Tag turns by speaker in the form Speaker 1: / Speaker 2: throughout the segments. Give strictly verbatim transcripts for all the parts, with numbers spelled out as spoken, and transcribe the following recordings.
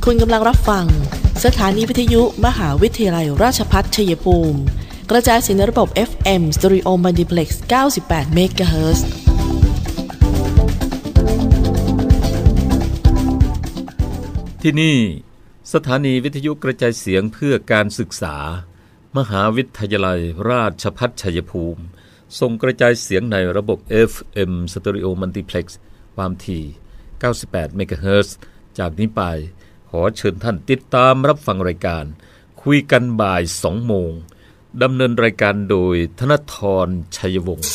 Speaker 1: คุณกำลังรับฟังสถานีวิทยุมหาวิทยาลัยราชภัฏชัยภูมิกระจายเสียงในระบบ เอฟ เอ็ม Stereo Multiplex เก้าสิบแปด เมกะเฮิรตซ์
Speaker 2: ที่นี่สถานีวิทยุกระจายเสียงเพื่อการศึกษามหาวิทยาลัยราชภัฏชัยภูมิส่งกระจายเสียงในระบบ เอฟ เอ็ม Stereo Multiplex ความถี่เก้าสิบแปด เมกะเฮิรตซ์ จากนี้ไปขอเชิญท่านติดตามรับฟังรายการคุยกันบ่ายสองโมงดำเนินรายการโดยธนธรชัยวงศ์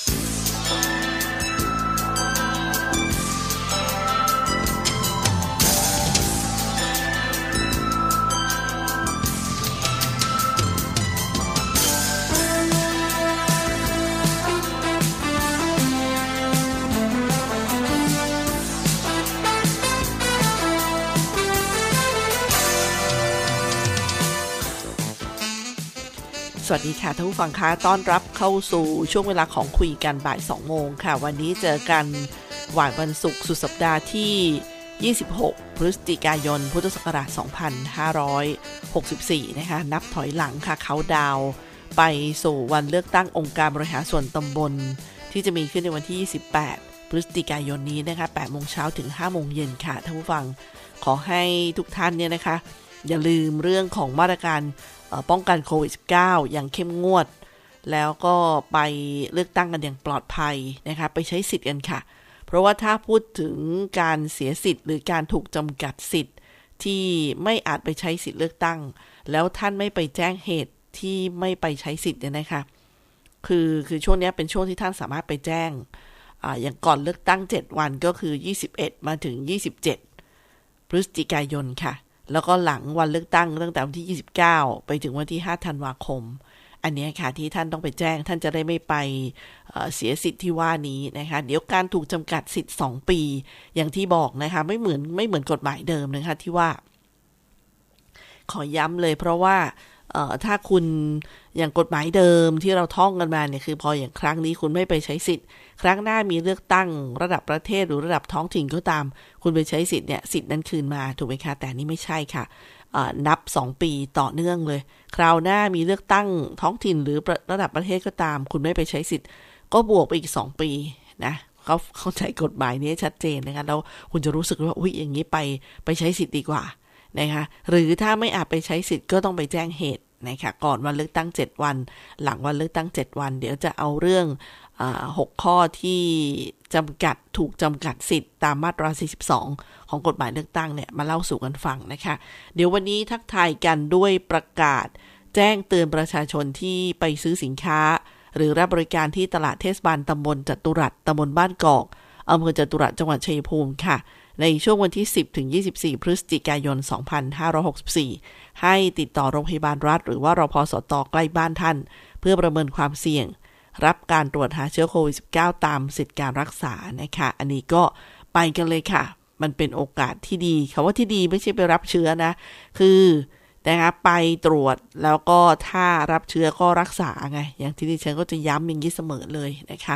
Speaker 1: สวัสดีค่ะท่านผู้ฟังคะต้อนรับเข้าสู่ช่วงเวลาของคุยกันบ่ายสองโมงค่ะวันนี้เจอกันวันวันศุกร์สุดสัปดาห์ที่ยี่สิบหกพฤศจิกายนพุทธศักราชสองพันห้าร้อยหกสิบสี่นะคะนับถอยหลังค่ะเขาดาวไปสู่วันเลือกตั้งองค์การบริหารส่วนตำบลที่จะมีขึ้นในวันที่ยี่สิบแปดพฤศจิกายนนี้นะคะแปดโมงเช้าถึงห้าโมงเย็นค่ะท่านผู้ฟังขอให้ทุกท่านเนี่ยนะคะอย่าลืมเรื่องของมาตรการป้องกันโควิด สิบเก้า อย่างเข้มงวดแล้วก็ไปเลือกตั้งกันอย่างปลอดภัยนะคะไปใช้สิทธิ์กันค่ะเพราะว่าถ้าพูดถึงการเสียสิทธิ์หรือการถูกจำกัดสิทธิ์ที่ไม่อาจไปใช้สิทธิ์เลือกตั้งแล้วท่านไม่ไปแจ้งเหตุที่ไม่ไปใช้สิทธิ์เนี่ยนะคะคือคือช่วงนี้เป็นช่วงที่ท่านสามารถไปแจ้ง อ, อย่างก่อนเลือกตั้งเจ็ดวันก็คือยี่สิบเอ็ดมาถึงยี่สิบเจ็ดพฤศจิกายนค่ะแล้วก็หลังวันเลือกตั้งตั้งแต่วันที่ยี่สิบเก้าไปถึงวันที่ห้าธันวาคมอันนี้ค่ะที่ท่านต้องไปแจ้งท่านจะได้ไม่ไป เอ่อ เสียสิทธิ์ที่ว่านี้นะคะเดี๋ยวการถูกจำกัดสิทธิ์สองปีอย่างที่บอกนะคะไม่เหมือนไม่เหมือนกฎหมายเดิมนะคะที่ว่าขอย้ำเลยเพราะว่าเอ่อถ้าคุณอย่างกฎหมายเดิมที่เราท่องกันมาเนี่ยคือพออย่างครั้งนี้คุณไม่ไปใช้สิทธิ์ครั้งหน้ามีเลือกตั้งระดับประเทศหรือระดับท้องถิ่นก็ตามคุณไปใช้สิทธิ์เนี่ยสิทธิ์นั้นคืนมาถูกไหมคะแต่นี่ไม่ใช่ค่ะนับสองปีต่อเนื่องเลยคราวหน้ามีเลือกตั้งท้องถิ่นหรือระดับประเทศก็ตามคุณไม่ไปใช้สิทธิ์ก็บวกไปอีกสองปีนะเขาเข้าใจกฎหมายนี้ชัดเจนนะคะแล้วคุณจะรู้สึกว่าอุ๊ยอย่างนี้ไปไปใช้สิทธิ์ดีกว่านะคะหรือถ้าไม่อาจไปใช้สิทธิ์ก็ต้องไปแจ้งเหตุนะคะก่อนวันเลือกตั้งเจ็ดวันหลังวันเลือกตั้งเจ็ดวันเดี๋ยวจะเอาเรื่องอ่าหกข้อที่จำกัดถูกจำกัดสิทธิ์ตามมาตราสี่สิบสองของกฎหมายเลือกตั้งเนี่ยมาเล่าสู่กันฟังนะคะเดี๋ยววันนี้ทักทายกันด้วยประกาศแจ้งเตือนประชาชนที่ไปซื้อสินค้าหรือรับบริการที่ตลาดเทศบาลตำบลจตุรัสตำบลบ้านกอกอำเภอจตุรัสจังหวัดชัยภูมิค่ะในช่วงวันที่สิบถึงยี่สิบสี่พฤศจิกายนสองพันห้าร้อยหกสิบสี่ให้ติดต่อโรงพยาบาลรัฐหรือว่ารพสตใกล้บ้านท่านเพื่อประเมินความเสี่ยงรับการตรวจหาเชื้อโควิด สิบเก้า ตามสิทธิการรักษานะคะอันนี้ก็ไปกันเลยค่ะมันเป็นโอกาสที่ดีคำว่าที่ดีไม่ใช่ไปรับเชื้อนะคือนะคะไปตรวจแล้วก็ถ้ารับเชื้อก็รักษาไงอย่างที่ดิฉันก็จะย้ำอย่างนี้เสมอเลยนะคะ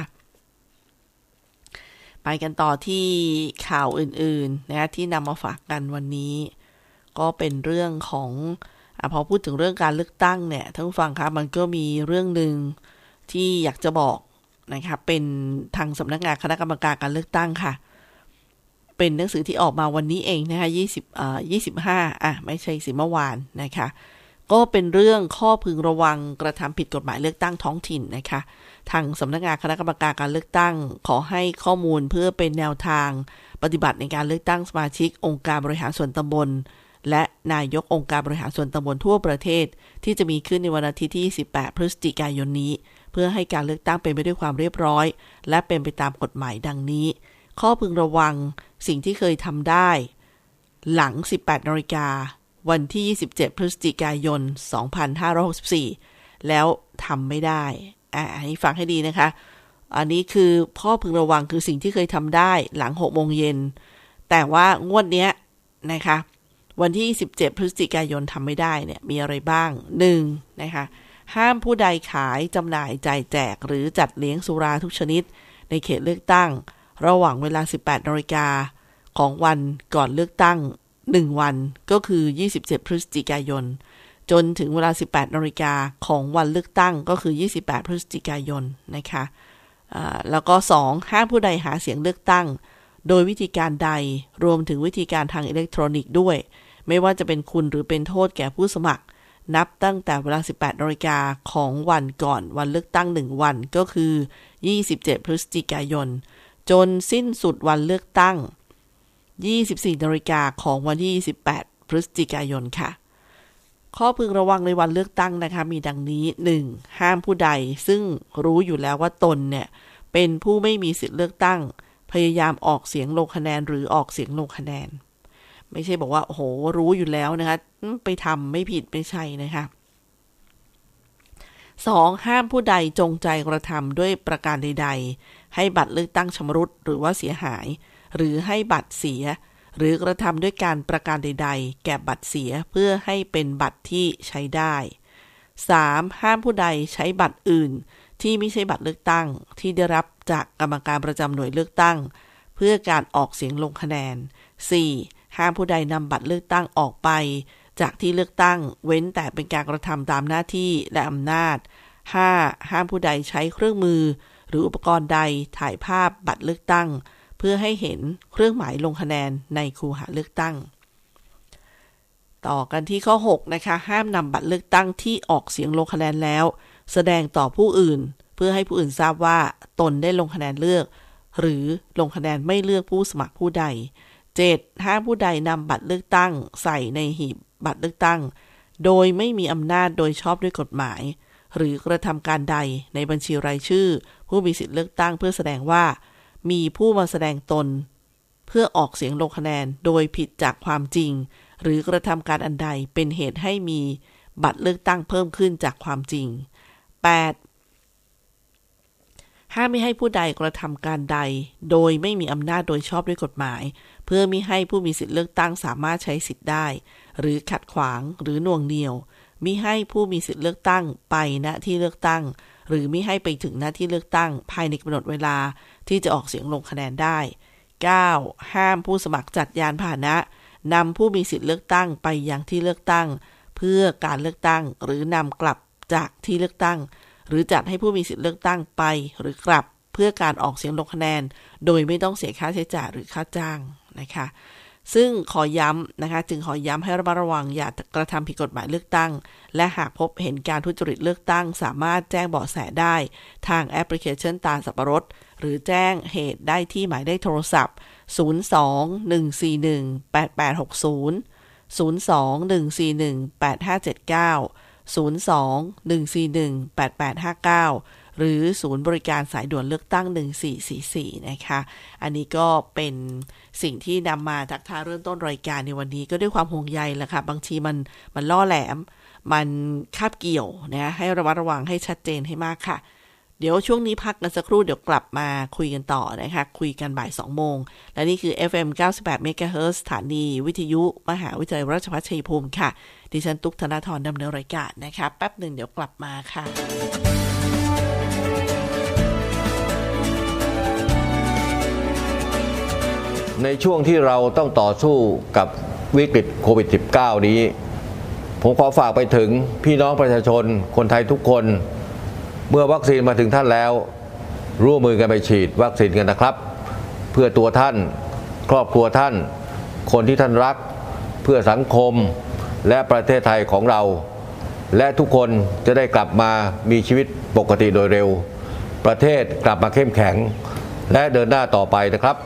Speaker 1: ไปกันต่อที่ข่าวอื่นๆนะที่นำมาฝากกันวันนี้ก็เป็นเรื่องของอ่ะพอพูดถึงเรื่องการเลือกตั้งเนี่ยท่านผู้ฟังคะมันก็มีเรื่องนึงที่อยากจะบอกนะคะเป็นทางสำนักงานคณะกรรมการการเลือกตั้งค่ะเป็นหนังสือที่ออกมาวันนี้เองนะคะยี่สิบอ่ายี่สิบห้าอ่ะไม่ใช่สิเมื่อวานนะคะก็เป็นเรื่องข้อพึงระวังกระทำผิดกฎหมายเลือกตั้งท้องถิ่นนะคะทางสำนักงานคณะกรรมการการเลือกตั้งขอให้ข้อมูลเพื่อเป็นแนวทางปฏิบัติในการเลือกตั้งสมาชิกองค์การบริหารส่วนตำบลและนายกองค์การบริหารส่วนตำบลทั่วประเทศที่จะมีขึ้นในวันอาทิตย์ที่ยี่สิบแปดพฤศจิกายนนี้เพื่อให้การเลือกตั้งเป็นไปด้วยความเรียบร้อยและเป็นไปตามกฎหมายดังนี้ข้อพึงระวังสิ่งที่เคยทำได้หลัง สิบแปดนาฬิกาวันที่ยี่สิบเจ็ดพฤศจิกายนสองพันห้าร้อยหกสิบสี่แล้วทำไม่ได้อ่ะให้ฟังให้ดีนะคะอันนี้คือข้อพึงระวังคือสิ่งที่เคยทำได้หลังหกโมงเย็นแต่ว่างวดเนี้ยนะคะวันที่ยี่สิบเจ็ดพฤศจิกายนทำไม่ได้เนี่ยมีอะไรบ้างหนึ่งนะคะห้ามผู้ใดขายจำหน่ายจ่ายแจกหรือจัดเลี้ยงสุราทุกชนิดในเขตเลือกตั้งระหว่างเวลา สิบแปดนาฬิกาของวันก่อนเลือกตั้งหนึ่งวันก็คือยี่สิบเจ็ดพฤศจิกายนจนถึงเวลา สิบแปดนาฬิกาของวันเลือกตั้งก็คือยี่สิบแปดพฤศจิกายนนะคะอ่าแล้วก็สองห้ามผู้ใดหาเสียงเลือกตั้งโดยวิธีการใดรวมถึงวิธีการทางอิเล็กทรอนิกส์ด้วยไม่ว่าจะเป็นคุณหรือเป็นโทษแก่ผู้สมัครนับตั้งแต่เวลา สิบแปดนาฬิกาของวันก่อนวันเลือกตั้งหนึ่งวันก็คือยี่สิบเจ็ดพฤศจิกายนจนสิ้นสุดวันเลือกตั้งยี่สิบสี่นาฬิกาของวันที่ยี่สิบแปดพฤศจิกายนค่ะข้อพึงระวังในวันเลือกตั้งนะคะมีดังนี้ หนึ่ง ห้ามผู้ใดซึ่งรู้อยู่แล้วว่าตนเนี่ยเป็นผู้ไม่มีสิทธิ์เลือกตั้งพยายามออกเสียงลงคะแนนหรือออกเสียงลงคะแนนไม่ใช่บอกว่าโอ้โหรู้อยู่แล้วนะคะไปทำไม่ผิดไม่ใช่นะคะสองห้ามผู้ใดจงใจกระทำด้วยประการใดๆให้บัตรเลือกตั้งชำรุดหรือว่าเสียหายหรือให้บัตรเสียหรือกระทำด้วยการประการใดๆแก่บัตรเสียเพื่อให้เป็นบัตรที่ใช้ได้สามห้ามผู้ใดใช้บัตรอื่นที่ไม่ใช่บัตรเลือกตั้งที่ได้รับจากกรรมการประจำหน่วยเลือกตั้งเพื่อการออกเสียงลงคะแนนสี่ห้ามผู้ใดนำบัตรเลือกตั้งออกไปจากที่เลือกตั้งเว้นแต่เป็นการกระทำตามหน้าที่และอำนาจห้าห้ามผู้ใดใช้เครื่องมือหรืออุปกรณ์ใดถ่ายภาพบัตรเลือกตั้งเพื่อให้เห็นเครื่องหมายลงคะแนนในคูหาเลือกตั้งต่อกันที่ข้อหกนะคะห้ามนำบัตรเลือกตั้งที่ออกเสียงลงคะแนนแล้วแสดงต่อผู้อื่นเพื่อให้ผู้อื่นทราบว่าตนได้ลงคะแนนเลือกหรือลงคะแนนไม่เลือกผู้สมัครผู้ใดเจ็ดห้ามผู้ใดนำบัตรเลือกตั้งใส่ในหีบบัตรเลือกตั้งโดยไม่มีอำนาจโดยชอบด้วยกฎหมายหรือกระทำการใดในบัญชีรายชื่อผู้มีสิทธิเลือกตั้งเพื่อแสดงว่ามีผู้มาแสดงตนเพื่อออกเสียงลงคะแนนโดยผิดจากความจริงหรือกระทำการอันใดเป็นเหตุให้มีบัตรเลือกตั้งเพิ่มขึ้นจากความจริงแปดห้ามไม่ให้ผู้ใดกระทำการใดโดยไม่มีอำนาจโดยชอบด้วยกฎหมายเพื่อมิให้ผู้มีสิทธิเลือกตั้งสามารถใช้สิทธิ์ได้หรือขัดขวางหรือหน่วงเหนี่ยวมิให้ผู้มีสิทธิเลือกตั้งไปณที่เลือกตั้งหรือมิให้ไปถึงณที่เลือกตั้งภายในกำหนดเวลาที่จะออกเสียงลงคะแนนได้เก้าห้ามผู้สมัครจัดยานพาหนะนำผู้มีสิทธิเลือกตั้งไปยังที่เลือกตั้งเพื่อการเลือกตั้งหรือนำกลับจากที่เลือกตั้งหรือจัดให้ผู้มีสิทธิเลือกตั้งไปหรือกลับเพื่อการออกเสียงลงคะแนนโดยไม่ต้องเสียค่าใช้จ่ายหรือค่าจ้างนะคะซึ่งขอย้ำนะคะจึงขอย้ำให้ระมัดระวังอย่ากระทำผิดกฎหมายเลือกตั้งและหากพบเห็นการทุจริตเลือกตั้งสามารถแจ้งเบาะแสได้ทางแอปพลิเคชันตาสับปะรดหรือแจ้งเหตุได้ที่หมายเลขโทรศัพท์ศูนย์ สอง หนึ่ง สี่ หนึ่ง แปด แปด หก ศูนย์ ศูนย์ สอง หนึ่ง สี่ หนึ่ง แปด ห้า เจ็ด เก้า ศูนย์ สอง หนึ่ง สี่ หนึ่ง แปด แปด ห้า เก้าหรือศูนย์บริการสายด่วนเลือกตั้งหนึ่งสี่สี่สี่นะคะอันนี้ก็เป็นสิ่งที่นำมาจากท่าเริ่มต้นรายการในวันนี้ก็ด้วยความห่วงใยแหละค่ะบางทีมันมันล่อแหลมมันคาบเกี่ยวนะให้ระมัดระวังให้ชัดเจนให้มากค่ะเดี๋ยวช่วงนี้พักกันสักครู่เดี๋ยวกลับมาคุยกันต่อนะคะคุยกันบ่ายสองโมงและนี่คือ เอฟ เอ็ม เก้าสิบแปด เมกะเฮิรตซ์ สถานีวิทยุมหาวิทยาลัยราชภัฏชัยภูมิค่ะดิฉันตุ๊กธนธรดำเนินรายการนะคะแป๊บหนึ่งเดี๋ยวกลับมาค่ะ
Speaker 3: ในช่วงที่เราต้องต่อสู้กับวิกฤตโควิด สิบเก้า นี้ผมขอฝากไปถึงพี่น้องประชาชนคนไทยทุกคนเมื่อวัคซีนมาถึงท่านแล้วร่วมมือกันไปฉีดวัคซีนกันนะครับเพื่อตัวท่านครอบครัวท่านคนที่ท่านรักเพื่อสังคมและประเทศไทยของเราและทุกคนจะได้กลับมามีชีวิตปกติโดยเร็วประเทศกลับมาเข้มแข็งและเดินหน้าต่อไปนะครับ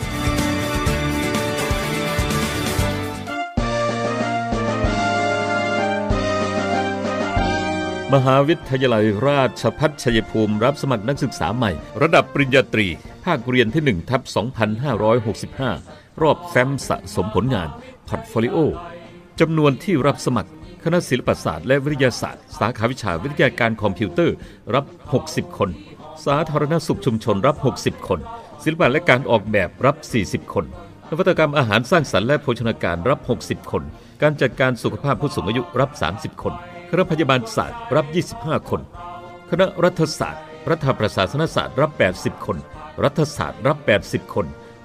Speaker 2: มหาวิทยาลัยราชภัฏชัยภูมิรับสมัครนักศึกษาใหม่ระดับปริญญาตรีภาคเรียนที่ หนึ่งทับสองพันห้าร้อยหกสิบห้า รอบแฟ้มสะสมผลงานพอร์ตโฟลิโอจำนวนที่รับสมัครคณะศิลปศาสตร์และวิทยาศาสตร์สาขาวิชาวิทยาการคอมพิวเตอร์รับหกสิบคนสาธารณสุขชุมชนรับหกสิบคนศิลปะและการออกแบบรับสี่สิบคนนวัตกรรมอาหารสร้างสรรค์และโภชนาการรับหกสิบคนการจัดการสุขภาพผู้สูงอายุรับสามสิบคนคณะพยาบาลศาสตร์รับยี่สิบห้าคนคณะรัฐศาสตร์รัฐประศาสนศาสตร์รับแปดสิบคนรัฐศาสตร์รับแปดสิบคน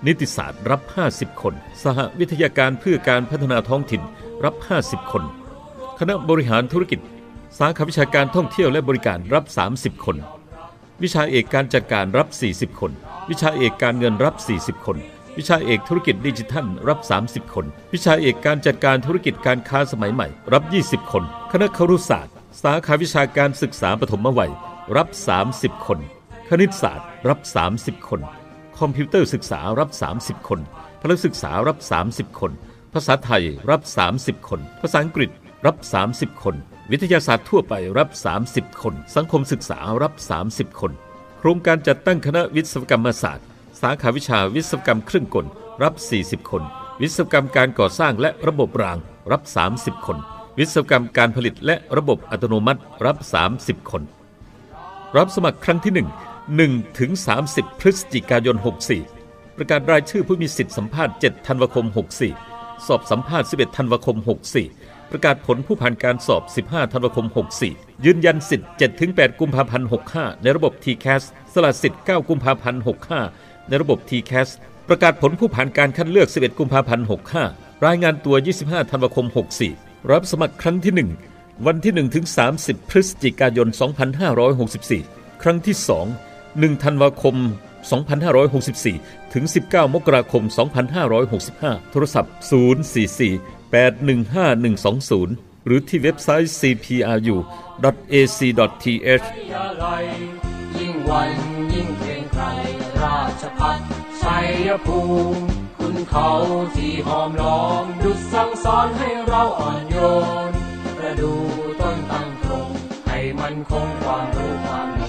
Speaker 2: นิติศาสตร์รับห้าสิบคนสหวิทยาการเพื่อการพัฒนาท้องถิ่นรับห้าสิบคนคณะบริหารธุรกิจสาขาวิชาการท่องเที่ยวและบริการรับสามสิบคนวิชาเอกการจัดการรับสี่สิบคนวิชาเอกการเงินรับสี่สิบคนวิชาเอกธุรกิจดิจิทัลรับสามสิบคนวิชาเอกการจัดการธุรกิจการค้าสมัยใหม่รับยี่สิบคนคณะครุศาสตร์สาขาวิชาการศึกษาปฐมวัยรับสามสิบคนคณิตศาสตร์รับสามสิบคนคอมพิวเตอร์ศึกษารับสามสิบคนพละศึกษารับสามสิบคนภาษาไทยรับสามสิบคนภาษาอังกฤษรับสามสิบคนวิทยาศาสตร์ทั่วไปรับสามสิบคนสังคมศึกษารับสามสิบคนโครงการจัดตั้งคณะวิศวกรรมศาสตร์สาขาวิชาวิศวกรรมเครื่องกลรับสี่สิบคนวิศวกรรมการก่อสร้างและระบบรางรับสามสิบคนวิศวกรรมการผลิตและระบบอัตโนมัติรับสามสิบคนรับสมัครครั้งที่หนึ่ง หนึ่งถึงสามสิบพฤศจิกายนหกสี่ประกาศรายชื่อผู้มีสิทธิสัมภาษณ์เจ็ดธันวาคมหกสี่สอบสัมภาษณ์สิบเอ็ดธันวาคมหกสี่ประกาศผลผู้ผ่านการสอบสิบห้าธันวาคมหกสี่ยืนยันสิทธิ์ เจ็ดถึงแปด กุมภาพันธ์หกห้าในระบบ ที แคส สละสิทธิ์เก้ากุมภาพันธ์หกห้าในระบบ ที แคส ประกาศผลผู้ผ่านการคัดเลือกสิบเอ็ดกุมภาพันธ์หกห้ารายงานตัวยี่สิบห้าธันวาคมหกสี่รับสมัครครั้งที่หนึ่งวันที่หนึ่งถึงสามสิบพฤศจิกายนสองพันห้าร้อยหกสิบสี่ครั้งที่สอง หนึ่งธันวาคมสองพันห้าร้อยหกสิบสี่ถึงสิบเก้ามกราคมสองพันห้าร้อยหกสิบห้าโทรศัพท์ศูนย์ สี่ สี่ แปด หนึ่ง ห้า หนึ่ง สอง ศูนย์หรือที่เว็บไซต์ ซี พี อาร์ ยู ดอท เอ ซี ดอท ที เอช
Speaker 4: ยิ่งวันยิ่งเกรงไกรราชภัฏชัยภูมิคุณเขาที่หอมล้อมดุจสั่งสอนให้เราอ่อนโยนประดูต้นตั้งตรงให้มันคงความรู้ความดี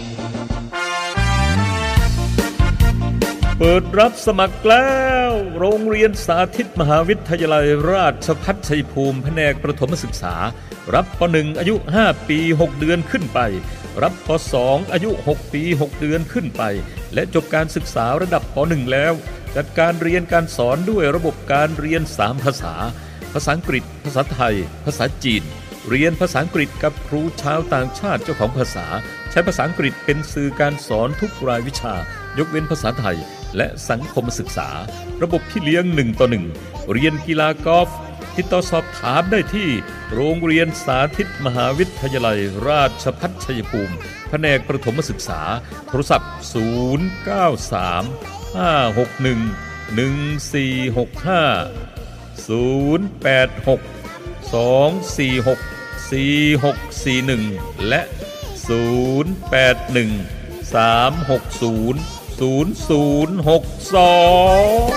Speaker 2: เปิดรับสมัครแล้วโรงเรียนสาธิตมหาวิทยาลัยราชภัฏชัยภูมิแผนกประถมศึกษารับป หนึ่ง อายุห้าปีหกเดือนขึ้นไปรับป สอง อายุหกปีหกเดือนขึ้นไปและจบการศึกษาระดับป หนึ่ง แล้วจัดการเรียนการสอนด้วยระบบการเรียนสามภาษาภาษาอังกฤษภาษาไทยภาษาจีนเรียนภาษาอังกฤษกับครูชาวต่างชาติเจ้าของภาษาใช้ภาษาอังกฤษเป็นสื่อการสอนทุกรายวิชายกเว้นภาษาไทยและสังคมศึกษาระบบพี่เลี้ยงหนึ่งต่อหนึ่งเรียนกีฬากอล์ฟติดต่อสอบถามได้ที่โรงเรียนสาธิตมหาวิทยาลัยราชภัฏชัยภูมิแผนกประถมศึกษาโทรศัพท์ศูนย์ เก้า สาม ห้า หก หนึ่ง หนึ่ง สี่ หก ห้า ศูนย์ แปด หก สอง สี่ หก สี่ หก สี่ หนึ่งและศูนย์ แปด หนึ่ง สาม หก ศูนย์ ศูนย์ ศูนย์ หก สอง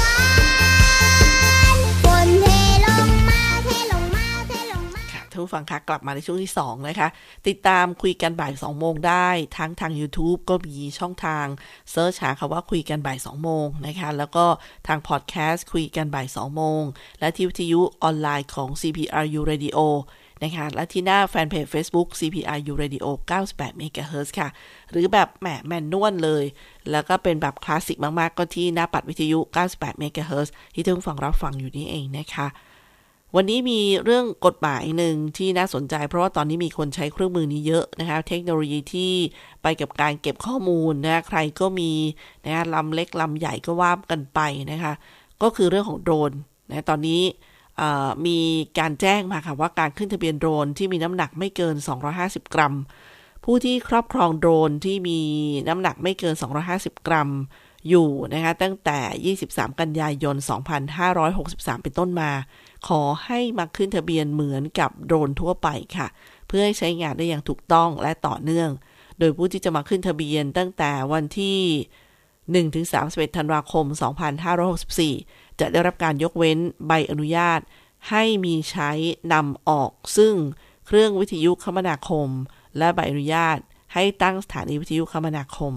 Speaker 1: ท่านผู้ฟังคะกลับมาในช่วงที่สองนะคะติดตามคุยกันบ่ายสองโมงได้ทั้งทาง YouTube ก็มีช่องทางเสิร์ชหาคำว่าคุยกันบ่ายสองโมงนะคะแล้วก็ทางพอดแคสต์คุยกันบ่ายสองโมงและที่วิทยุออนไลน์ของ ซี พี อาร์ ยู Radio นะคะและที่หน้าแฟนเพจ Facebook ซี พี อาร์ ยู Radio เก้าสิบแปด เมกะเฮิรตซ์ ค่ะหรือแบบแหมแมนนวลเลยแล้วก็เป็นแบบคลาสสิกมากๆก็ที่หน้าปัดวิทยุเก้าสิบแปด เมกะเฮิรตซ์ ที่ท่านผู้ฟังรับฟังอยู่นี่เองนะคะวันนี้มีเรื่องกฎหมายหนึ่งที่น่าสนใจเพราะว่าตอนนี้มีคนใช้เครื่องมือนี้เยอะนะคะเทคโนโลยีที่ไปกับการเก็บข้อมูลนะใครก็มีนะลำเล็กลำใหญ่ก็ว่ากันไปนะคะก็คือเรื่องของโดรนนะตอนนี้มีการแจ้งมาค่ะว่าการขึ้นทะเบียนโดรนที่มีน้ำหนักไม่เกินสองร้อยห้าสิบกรัมผู้ที่ครอบครองโดรนที่มีน้ำหนักไม่เกินสองร้อยห้าสิบกรัมอยู่นะคะตั้งแต่ยี่สิบสามกันยายนสองพันห้าร้อยหกสิบสามเป็นต้นมาขอให้มาขึ้นทะเบียนเหมือนกับโดรนทั่วไปค่ะเพื่อให้ใช้งานได้อย่างถูกต้องและต่อเนื่องโดยผู้ที่จะมาขึ้นทะเบียนตั้งแต่วันที่หนึ่งถึงสามสิบเอ็ดธันวาคมสองพันห้าร้อยหกสิบสี่จะได้รับการยกเว้นใบอนุญาตให้มีใช้นำออกซึ่งเครื่องวิทยุคมนาคมและใบอนุญาตให้ตั้งสถานีวิทยุคมนาคม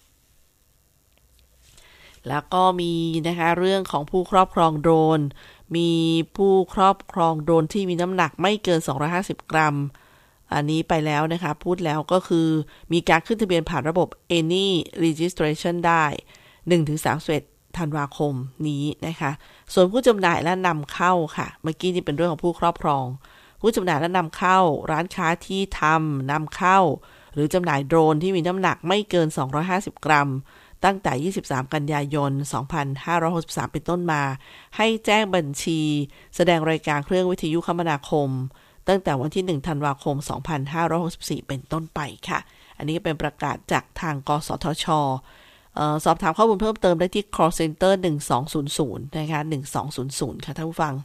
Speaker 1: แล้วก็มีนะคะเรื่องของผู้ครอบครองโดรนมีผู้ครอบครองโดรนที่มีน้ำหนักไม่เกินสองร้อยห้าสิบกรัมอันนี้ไปแล้วนะคะพูดแล้วก็คือมีการขึ้นทะเบียนผ่านระบบ Any Registration ได้ หนึ่งถึงสามสิบเอ็ด ธันวาคมนี้นะคะส่วนผู้จำหน่ายและนำเข้าค่ะเมื่อกี้นี่เป็นเรื่องของผู้ครอบครองผู้จำหน่ายและนำเข้าร้านค้าที่ทำนำเข้าหรือจำหน่ายโดรนที่มีน้ำหนักไม่เกินสองร้อยห้าสิบกรัมตั้งแต่ยี่สิบสามกันยายนสองพันห้าร้อยหกสิบสามเป็นต้นมาให้แจ้งบัญชีแสดงรายการเครื่องวิทยุคมนาคมตั้งแต่วันที่หนึ่งธันวาคมสองพันห้าร้อยหกสิบสี่เป็นต้นไปค่ะอันนี้เป็นประกาศจากทางกสทช.เอ่อสอบถามข้อมูลเพิ่มเติมได้ที่ call center หนึ่งสองศูนย์ศูนย์นะคะหนึ่งสองศูนย์ศูนย์ค่ะท่านผู้ฟัง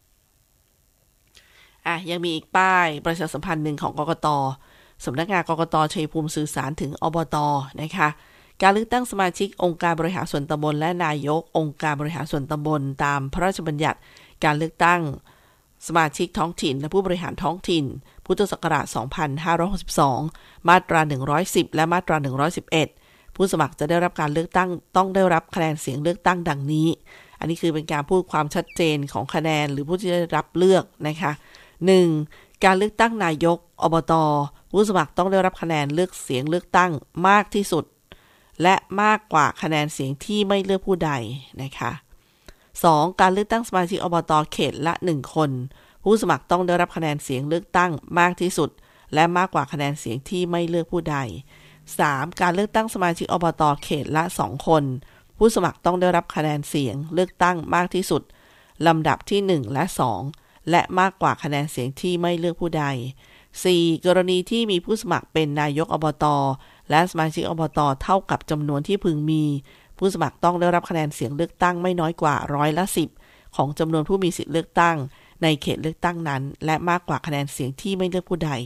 Speaker 1: อ่ะยังมีอีกป้ายประชาสัมพันธ์หนึ่งของกกต.สำนักงานกกต.ชัยภูมิสื่อสารถึงอบต.นะคะการเลือกตั้งสมาชิกองค์การบริหารส่วนตำบลและนายกองค์การบริหารส่วนตำบลตามพระราชบัญญัติการเลือกตั้งสมาชิกท้องถิ่นและผู้บริหารท้องถิ่นพุทธศักราชสองพันห้าร้อยหกสิบสองมาตราหนึ่งร้อยสิบและมาตราหนึ่งร้อยสิบเอ็ดผู้สมัครจะได้รับการเลือกตั้งต้องได้รับคะแนนเสียงเลือกตั้งดังนี้อันนี้คือเป็นการพูดความชัดเจนของคะแนนหรือผู้ที่ได้รับเลือกนะคะหนึ่งการเลือกตั้งนายกอบต.ผู้สมัครต้องได้รับคะแนนเลือกเสียงเลือกตั้งมากที่สุดและมากกว่าคะแนนเสียงที่ไม่เลือกผู้ใดนะคะสองการเลือกตั้งสมาชิกอบต.เขตละหนึ่งคนผู้สมัครต้องได้รับคะแนนเสียงเลือกตั้งมากที่สุดและมากกว่าคะแนนเสียงที่ไม่เลือกผู้ใดสามการเลือกตั้งสมาชิกอบต.เขตละสองคนผู้สมัครต้องได้รับคะแนนเสียงเลือกตั้งมากที่สุดลำดับที่หนึ่งและสองและมากกว่าคะแนนเสียงที่ไม่เลือกผู้ใดสี่กรณีที่มีผู้สมัครเป็นนายกอบต.และสมาชิกอบต.เท่ากับจำนวนที่พึงมีผู้สมัครต้องได้รับคะแนนเสียงเลือกตั้งไม่น้อยกว่าร้อยละสิบของจำนวนผู้มีสิทธิเลือกตั้งในเขตเลือกตั้งนั้นและมากกว่าคะแนนเสียงที่ไม่เลือกผู้ใด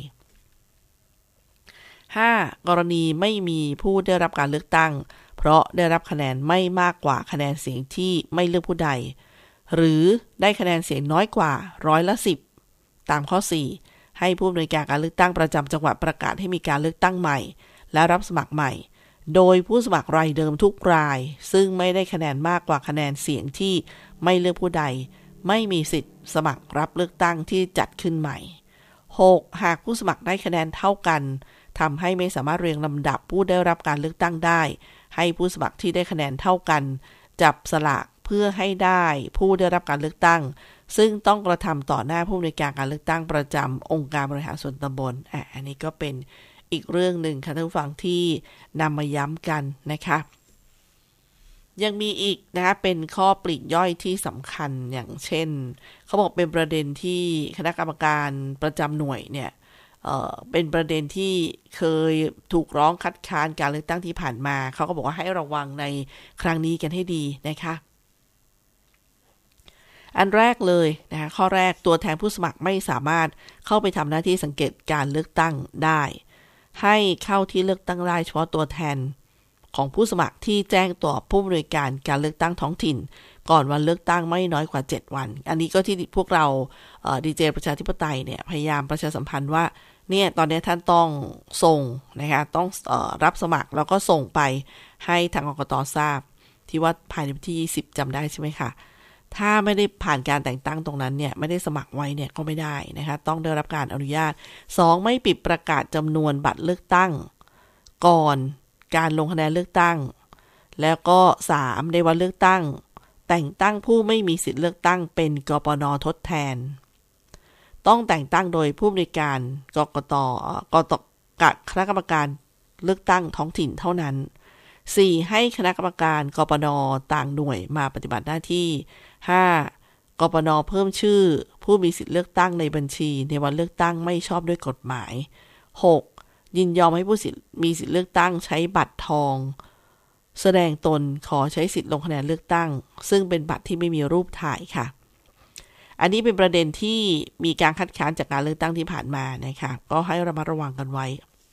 Speaker 1: ห้า กรณีไม่มีผู้ได้รับการเลือกตั้งเพราะได้รับคะแนนไม่มากกว่าคะแนนเสียงที่ไม่เลือกผู้ใดหรือได้คะแนนเสียงน้อยกว่าร้อยละสิบตามข้อสี่ให้ผู้อำนวยการการเลือกตั้งประจำจังหวัดประกาศให้มีการเลือกตั้งใหม่และรับสมัครใหม่โดยผู้สมัครรายเดิมทุกรายซึ่งไม่ได้คะแนนมากกว่าคะแนนเสียงที่ไม่เลือกผู้ใดไม่มีสิทธิ์สมัครรับเลือกตั้งที่จัดขึ้นใหม่ หก หากผู้สมัครได้คะแนนเท่ากันทำให้ไม่สามารถเรียงลำดับผู้ได้รับการเลือกตั้งได้ให้ผู้สมัครที่ได้คะแนนเท่ากันจับสลากเพื่อให้ได้ผู้ได้รับการเลือกตั้งซึ่งต้องกระทำต่อหน้าผู้อำนวยการการเลือกตั้งประจำองค์การบริหารส่วนตำบลอ่ะอันนี้ก็เป็นอีกเรื่องหนึ่งค่ะท่านผู้ฟังที่นำมาย้ำกันนะคะยังมีอีกนะคะเป็นข้อปลีกย่อยที่สำคัญอย่างเช่นเขาบอกเป็นประเด็นที่คณะกรรมการประจำหน่วยเนี่ยเอ่อเป็นประเด็นที่เคยถูกร้องคัดค้านการเลือกตั้งที่ผ่านมาเขาก็บอกว่าให้ระวังในครั้งนี้กันให้ดีนะคะอันแรกเลยนะคะข้อแรกตัวแทนผู้สมัครไม่สามารถเข้าไปทำหน้าที่สังเกตการเลือกตั้งได้ให้เข้าที่เลือกตั้งได้เฉพาะตัวแทนของผู้สมัครที่แจ้งต่อผู้อำนวยการการเลือกตั้งท้องถิ่นก่อนวันเลือกตั้งไม่น้อยกว่าเจ็ดวันอันนี้ก็ที่พวกเราเอ่อดีเจประชาธิปไตยเนี่ยพยายามประชาสัมพันธ์ว่าเนี่ยตอนนี้ท่านต้องส่งนะคะต้องเอ่อรับสมัครแล้วก็ส่งไปให้ทางกกต.ทราบที่ว่าภายในวันที่ยี่สิบจำได้ใช่ไหมคะถ้าไม่ได้ผ่านการแต่งตั้งตรงนั้นเนี่ยไม่ได้สมัครไว้เนี่ยก็ไม่ได้นะคะต้องได้รับการอนุญาตสองไม่ปิดประกาศจำนวนบัตรเลือกตั้งก่อนการลงคะแนนเลือกตั้งแล้วก็สามในวันเลือกตั้งแต่งตั้งผู้ไม่มีสิทธิ์เลือกตั้งเป็นกปน.ทดแทนต้องแต่งตั้งโดยผู้อำนวยการกกต.กต.คณะกรรมการเลือกตั้งท้องถิ่นเท่านั้นสี่ให้คณะกรรมการกปน.ต่างหน่วยมาปฏิบัติหน้าที่ห้ากปน.เพิ่มชื่อผู้มีสิทธิ์เลือกตั้งในบัญชีในวันเลือกตั้งไม่ชอบด้วยกฎหมายหกยินยอมให้ผู้สิทธิ์มีสิทธิ์เลือกตั้งใช้บัตรทองแสดงตนขอใช้สิทธิ์ลงคะแนนเลือกตั้งซึ่งเป็นบัตรที่ไม่มีรูปถ่ายค่ะอันนี้เป็นประเด็นที่มีการคัดค้านจากการเลือกตั้งที่ผ่านมานะคะก็ให้ระมัดระวังกันไว้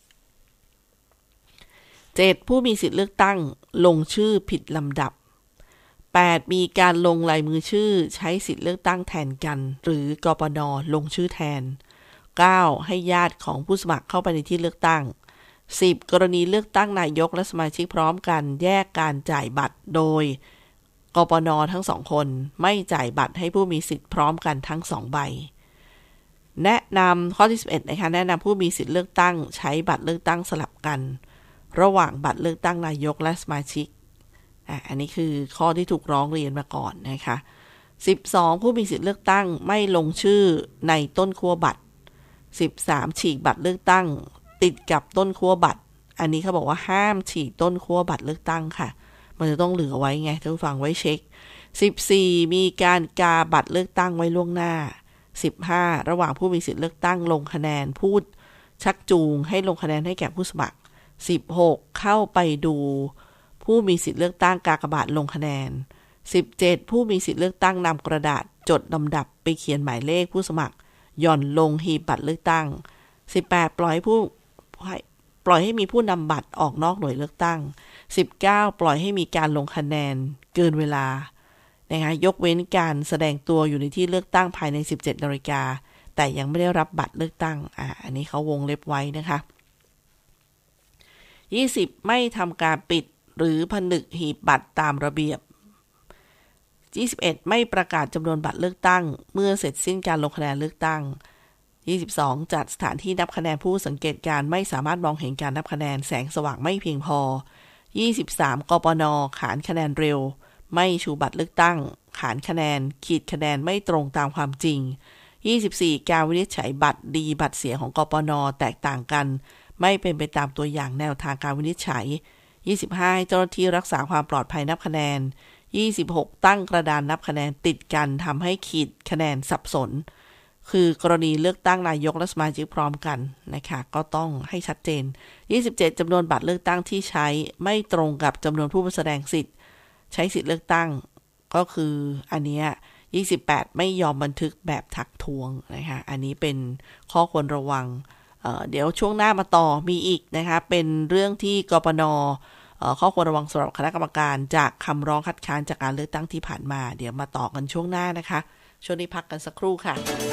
Speaker 1: เจ็ดผู้มีสิทธิ์เลือกตั้งลงชื่อผิดลำดับแปดมีการลงลายมือชื่อใช้สิทธิ์เลือกตั้งแทนกันหรือกปน.ลงชื่อแทนเก้าให้ญาติของผู้สมัครเข้าไปในที่เลือกตั้งสิบกรณีเลือกตั้งนายกและสมาชิกพร้อมกันแยกการจ่ายบัตรโดยกปน.ทั้งสองคนไม่จ่ายบัตรให้ผู้มีสิทธิ์พร้อมกันทั้งสองใบแนะนำข้อที่สิบเอ็ดนะคะแนะนำผู้มีสิทธิ์เลือกตั้งใช้บัตรเลือกตั้งสลับกันระหว่างบัตรเลือกตั้งนายกและสมาชิกอ่ะอันนี้คือข้อที่ถูกร้องเรียนมาก่อนนะคะสิบสองผู้มีสิทธิ์เลือกตั้งไม่ลงชื่อในต้นขั้วบัตรสิบสามฉีกบัตรเลือกตั้งติดกับต้นขั้วบัตรอันนี้เขาบอกว่าห้ามฉีกต้นขั้วบัตรเลือกตั้งค่ะมันจะต้องเหลือไว้ไงท่านผู้ฟังไว้เช็คสิบสี่มีการกาบัตรเลือกตั้งไว้ล่วงหน้าสิบห้าระหว่างผู้มีสิทธิ์เลือกตั้งลงคะแนนพูดชักจูงให้ลงคะแนนให้แก่ผู้สมัครสิบหกเข้าไปดูผู้มีสิทธิ์เลือกตั้งกากบาทลงคะแนนสิบเจ็ดผู้มีสิทธิ์เลือกตั้งนำกระดาษจดลำดับไปเขียนหมายเลขผู้สมัครหย่อนลงหีบบัตรเลือกตั้งสิบแปดปล่อยผู้ปล่อยให้มีผู้นำบัตรออกนอกหน่วยเลือกตั้งสิบเก้าปล่อยให้มีการลงคะแนนเกินเวลานะคะยกเว้นการแสดงตัวอยู่ในที่เลือกตั้งภายในสิบเจ็ดนาฬิกาแต่ยังไม่ได้รับบัตรเลือกตั้งอ่าอันนี้เขาวงเล็บไว้นะคะยี่สิบไม่ทำการปิดหรือผนึกหีบบัตรตามระเบียบยี่สิบเอ็ดไม่ประกาศจำนวนบัตรเลือกตั้งเมื่อเสร็จสิ้นการลงคะแนนเลือกตั้งยี่สิบสองจัดสถานที่นับคะแนนผู้สังเกตการไม่สามารถมองเห็นการนับคะแนนแสงสว่างไม่เพียงพอยี่สิบสามกปน.ขานคะแนนเร็วไม่ชูบัตรเลือกตั้งขานคะแนนขีดคะแนนไม่ตรงตามความจริงยี่สิบสี่การวินิจฉัยบัตรดีบัตรเสียของกปน.แตกต่างกันไม่เป็นไปตามตัวอย่างแนวทางการวินิจฉัยยี่สิบห้าเจ้าหน้าที่รักษาความปลอดภัยนับคะแนนยี่สิบหกตั้งกระดานนับคะแนนติดกันทำให้ขีดคะแนนสับสนคือกรณีเลือกตั้งนายกและสมาชิกพร้อมกันนะคะก็ต้องให้ชัดเจนยี่สิบเจ็ดจำนวนบัตรเลือกตั้งที่ใช้ไม่ตรงกับจำนวนผู้แสดงสิทธิ์ใช้สิทธิ์เลือกตั้งก็คืออันเนี้ยยี่สิบแปดไม่ยอมบันทึกแบบทักท้วงนะคะอันนี้เป็นข้อควรระวัง เอ่อ เดี๋ยวช่วงหน้ามาต่อมีอีกนะคะเป็นเรื่องที่กปน.ข้อควรระวังสำหรับคณะกรรมการจากคำร้องคัดค้านจากการเลือกตั้งที่ผ่านมาเดี๋ยวมาต่อกันช่วงหน้านะคะช่วงนี้พักกันสักครู่ค่ะ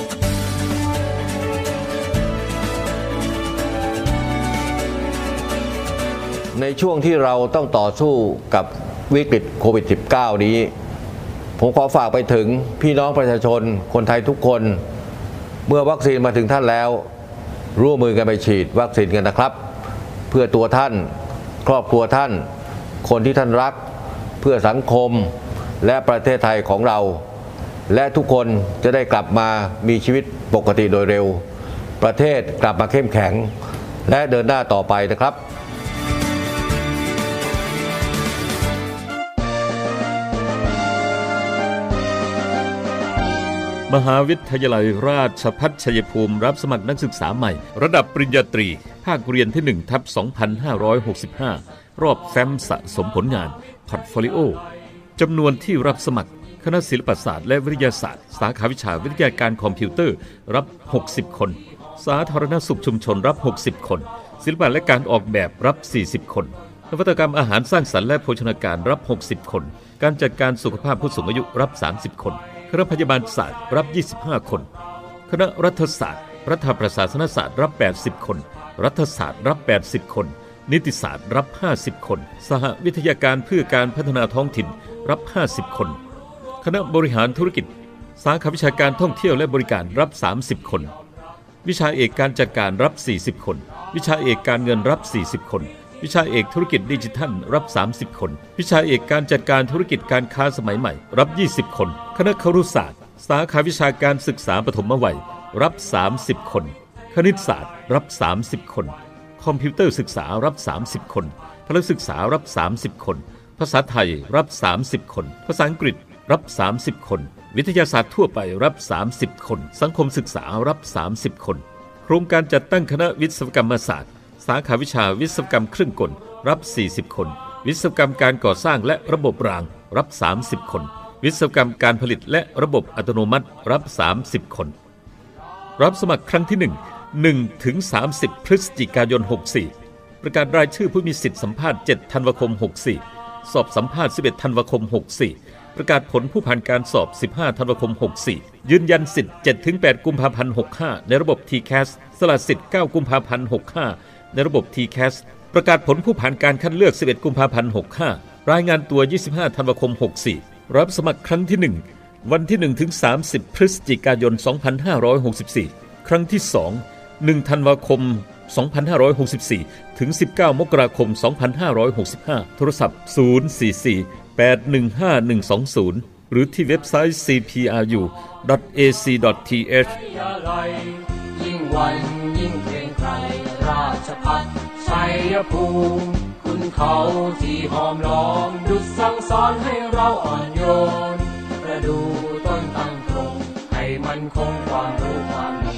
Speaker 3: ในช่วงที่เราต้องต่อสู้กับวิกฤตโควิด สิบเก้า นี้ผมขอฝากไปถึงพี่น้องประชาชนคนไทยทุกคนเมื่อวัคซีนมาถึงท่านแล้วร่วมมือกันไปฉีดวัคซีนกันนะครับเพื่อตัวท่านครอบครัวท่านคนที่ท่านรักเพื่อสังคมและประเทศไทยของเราและทุกคนจะได้กลับมามีชีวิตปกติโดยเร็วประเทศกลับมาเข้มแข็งและเดินหน้าต่อไปนะครับ
Speaker 2: มหาวิทยาลัยราชภัฏชัยภูมิรับสมัครนักศึกษาใหม่ระดับปริญญาตรีภาคเรียนที่ หนึ่งทับสองพันห้าร้อยหกสิบห้า รอบแฟ้มสะสมผลงานพอร์ตโฟลิโอจำนวนที่รับสมัครคณะศิลปศาสตร์และวิทยาศาสตร์สาขาวิชาวิทยาการคอมพิวเตอร์รับหกสิบคนสาธารณสุขชุมชนรับหกสิบคนศิลปะและการออกแบบรับสี่สิบคนนวัตกรรมอาหารสร้างสรรค์และโภชนาการรับหกสิบคนการจัดการสุขภาพผู้สูงอายุรับสามสิบคนคณะพยาบาลศาสตร์รับยี่สิบห้าคนคณะรัฐศาสตร์รัฐประศาสนศาสตร์รับแปดสิบคนรัฐศาสตร์รับแปดสิบคนนิติศาสตร์รับห้าสิบคนสหวิทยาการเพื่อการพัฒนาท้องถิ่นรับห้าสิบคนคณะบริหารธุรกิจสาขาวิชาการท่องเที่ยวและบริการรับสามสิบคนวิชาเอกการจัดการรับสี่สิบคนวิชาเอกการเงินรับสี่สิบคนวิชาเอกธุรกิจดิจิทัลรับสามสิบคนวิชาเอกการจัดการธุรกิจการค้าสมัยใหม่รับยี่สิบคนคณะครุศาสตร์สาขาวิชาการศึกษาปฐมวัยรับสามสิบคนคณิตศาสตร์รับสามสิบคนคอมพิวเตอร์ศึกษารับสามสิบคนพละศึกษารับสามสิบคนภาษาไทยรับสามสิบคนภาษาอังกฤษรับสามสิบคนวิทยาศาสตร์ทั่วไปรับสามสิบคนสังคมศึกษารับสามสิบคนโครงการจัดตั้งคณะวิศวกรรมศาสตร์สาขาวิชาวิศวกรรมเครื่องกลรับสี่สิบคนวิศวกรรมการก่อสร้างและระบบรางรับสามสิบคนวิศวกรรมการผลิตและระบบอัตโนมัติรับสามสิบคนรับสมัครครั้งที่หนึ่ง หนึ่งถึงสามสิบพฤศจิกายนหกสี่ประกาศรายชื่อผู้มีสิทธิสัมภาษณ์เจ็ดธันวาคมหกสี่สอบสัมภาษณ์สิบเอ็ดธันวาคมหกสี่ประกาศผลผู้ผ่านการสอบสิบห้าธันวาคมหกสี่ยืนยันสิทธิ์ เจ็ดถึงแปด กุมภาพันธ์หกห้าในระบบ ที แคส สละสิทธิ์เก้ากุมภาพันธ์หกห้าในระบบ ที แคส ประกาศผลผู้ผ่านการคัดเลือกสิบเอ็ดกุมภาพันธ์หกห้ารายงานตัวยี่สิบห้าธันวาคมหกสี่รับสมัครครั้งที่หนึ่งวันที่หนึ่งถึงสามสิบพฤศจิกายนสองพันห้าร้อยหกสิบสี่ครั้งที่สอง หนึ่งธันวาคมสองพันห้าร้อยหกสิบสี่ถึงสิบเก้ามกราคมสองพันห้าร้อยหกสิบห้าโทรศัพท์ศูนย์ สี่ สี่ แปด หนึ่ง ห้า หนึ่ง สอง ศูนย์หรือที่เว็บไซต์ ซี พี อาร์ ยู ดอท เอ ซี ดอท ที เอช
Speaker 4: ยิ่งวันยิ่งเกรียงไกรราชภัฏชัยภูมิคุณเขาที่หอมล้อมดุจสั่งสอนให้เราอ่อนโยนประดูต้นตั้งตรงให้มันคงความรู้ความดี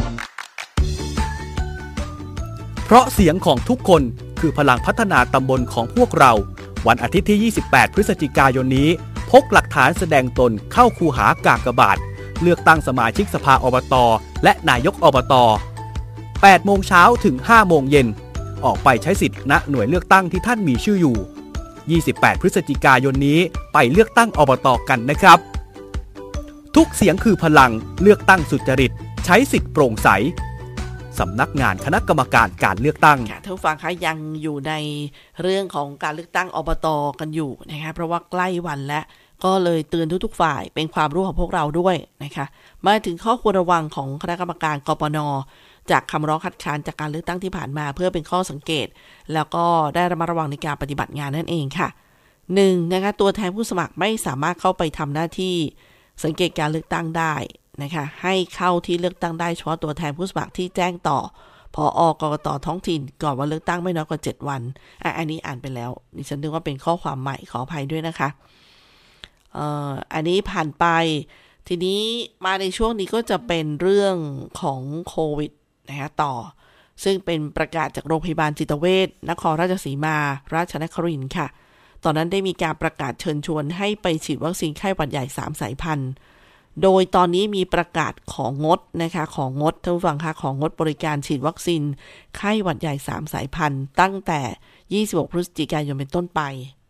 Speaker 5: เพราะเสียงของทุกคนคือพลังพัฒนาตำบลของพวกเราวันอาทิตย์ที่ยี่สิบแปดพฤศจิกายนนี้พกหลักฐานแสดงตนเข้าคูหากากบาทเลือกตั้งสมาชิกสภาอบต.และนายกอบต.แปดโมงเช้าถึงห้าโมงเย็นออกไปใช้สิทธิ์ณหน่วยเลือกตั้งที่ท่านมีชื่ออยู่ยี่สิบแปดพฤศจิกายนนี้ไปเลือกตั้งอบต.กันนะครับทุกเสียงคือพลังเลือกตั้งสุจริตใช้สิทธิ์โปร่งใสสำนักงานคณะกรรมการการเลือกตั้ง
Speaker 1: ท่านผู้ฟังคะยังอยู่ในเรื่องของการเลือกตั้งอบต.กันอยู่นะคะเพราะว่าใกล้วันและก็เลยเตือนทุกๆฝ่ายเป็นความรู้ของพวกเราด้วยนะคะมาถึงข้อควรระวังของคณะกรรมการกปน.จากคำร้องคัดค้านจากการเลือกตั้งที่ผ่านมาเพื่อเป็นข้อสังเกตแล้วก็ได้ระมัดระวังในการปฏิบัติงานนั่นเองค่ะหนึ่งนะคะตัวแทนผู้สมัครไม่สามารถเข้าไปทำหน้าที่สังเกตการเลือกตั้งได้นะคะให้เข้าที่เลือกตั้งได้เฉพาะตัวแทนผู้สมัครที่แจ้งต่อผอ.กกต.ท้องถิ่นก่อนวันเลือกตั้งไม่น้อยกว่าเจ็ดวันอ่ะอันนี้อ่านไปแล้วดิฉันนึกว่าเป็นข้อความใหม่ขออภัยด้วยนะคะเอ่ออันนี้ผ่านไปทีนี้มาในช่วงนี้ก็จะเป็นเรื่องของโควิดนะคะต่อซึ่งเป็นประกาศจากโรงพยาบาลจิตเวชนครราชสีมาราชนครินทร์ค่ะตอนนั้นได้มีการประกาศเชิญชวนให้ไปฉีดวัคซีนไข้หวัดใหญ่สามสายพันธุ์โดยตอนนี้มีประกาศของงดนะคะของงดท่านผู้ฟังคะของงดบริการฉีดวัคซีนไข้หวัดใหญ่สามสายพันธุ์ตั้งแต่ยี่สิบหกพฤศจิกายนเป็นต้นไป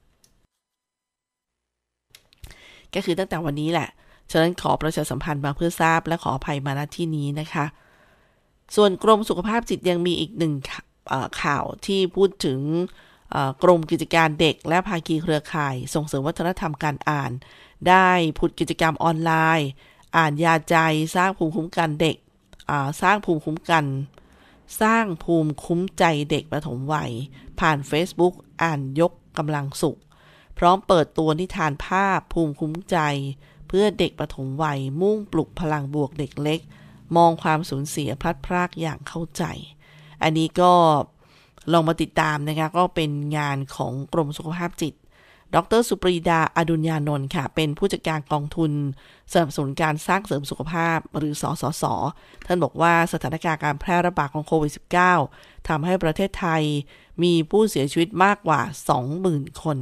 Speaker 1: ก็คือตั้งแต่วันนี้แหละฉะนั้นขอประชาสัมพันธ์มาเพื่อทราบและขออภัยมาณที่นี้นะคะส่วนกรมสุขภาพจิตยังมีอีกหนึ่งข่าวที่พูดถึงกรมกิจการเด็กและภาคีเครือข่ายส่งเสริมวัฒนธรรมการอ่านได้ผุดกิจกรรมออนไลน์อ่านยาใจสร้างภูมิคุ้มกันเด็กสร้างภูมิคุ้มกันสร้างภูมิคุ้มใจเด็กประถมวัยผ่าน Facebook อ่านยกกำลังสุขพร้อมเปิดตัวนิทานภาพภูมิคุ้มใจเพื่อเด็กประถมวัยมุ่งปลุกพลังบวกเด็กเล็กมองความสูญเสียพลัดพรากอย่างเข้าใจอันนี้ก็ลองมาติดตามนะคะก็เป็นงานของกรมสุขภาพจิตดร.สุปรีดาอดุลยานนท์ค่ะเป็นผู้จัดการกองทุนสนับสนุนการสร้างเสริมสุขภาพหรือสสส.ท่านบอกว่าสถานการณ์การแพร่ระบาดของโควิด สิบเก้า ทำให้ประเทศไทยมีผู้เสียชีวิตมากกว่า สองหมื่น คน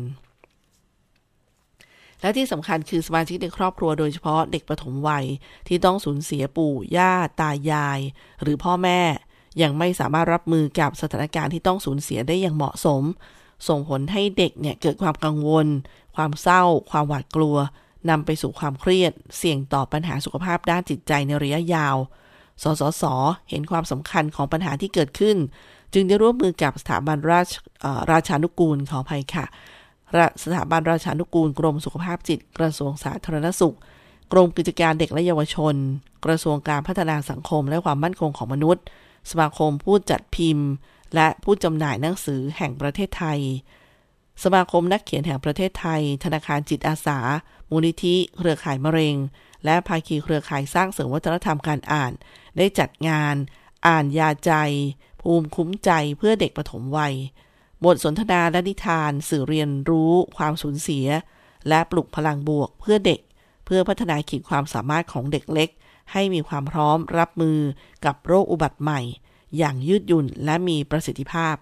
Speaker 1: และที่สำคัญคือสมาชิกในครอบครัวโดยเฉพาะเด็กประถมวัยที่ต้องสูญเสียปู่ย่าตายายหรือพ่อแม่ยังไม่สามารถรับมือกับสถานการณ์ที่ต้องสูญเสียได้อย่างเหมาะสมส่งผลให้เด็กเนี่ยเกิดความกังวลความเศร้าความหวาดกลัวนำไปสู่ความเครียดเสี่ยงต่อปัญหาสุขภาพด้านจิตใจในระยะยาวสสส.เห็นความสำคัญของปัญหาที่เกิดขึ้นจึงได้ร่วมมือกับสถาบันราชราชานุกูลขออภัยค่ะสถาบันราชานุกูลกรมสุขภาพจิตกระทรวงสาธารณสุขกรมกิจการเด็กและเยาวชนกระทรวงการพัฒนาสังคมและความมั่นคงของมนุษย์สมาคมผู้จัดพิมพ์และผู้จำหน่ายหนังสือแห่งประเทศไทยสมาคมนักเขียนแห่งประเทศไทยธนาคารจิตอาสามูลนิธิเครือข่ายมะเร็งและภาคีเครือข่ายสร้างเสริมวัฒนธรรมการอ่านได้จัดงานอ่านยาใจภูมิคุ้มใจเพื่อเด็กประถมวัยบทสนทนาและนิทานสื่อเรียนรู้ความสูญเสียและปลุกพลังบวกเพื่อเด็กเพื่อพัฒนาขีดความสามารถของเด็กเล็กให้มีความพร้อมรับมือกับโรคอุบัติใหม่อย่างยืดหยุ่นและมีประสิทธิภาพ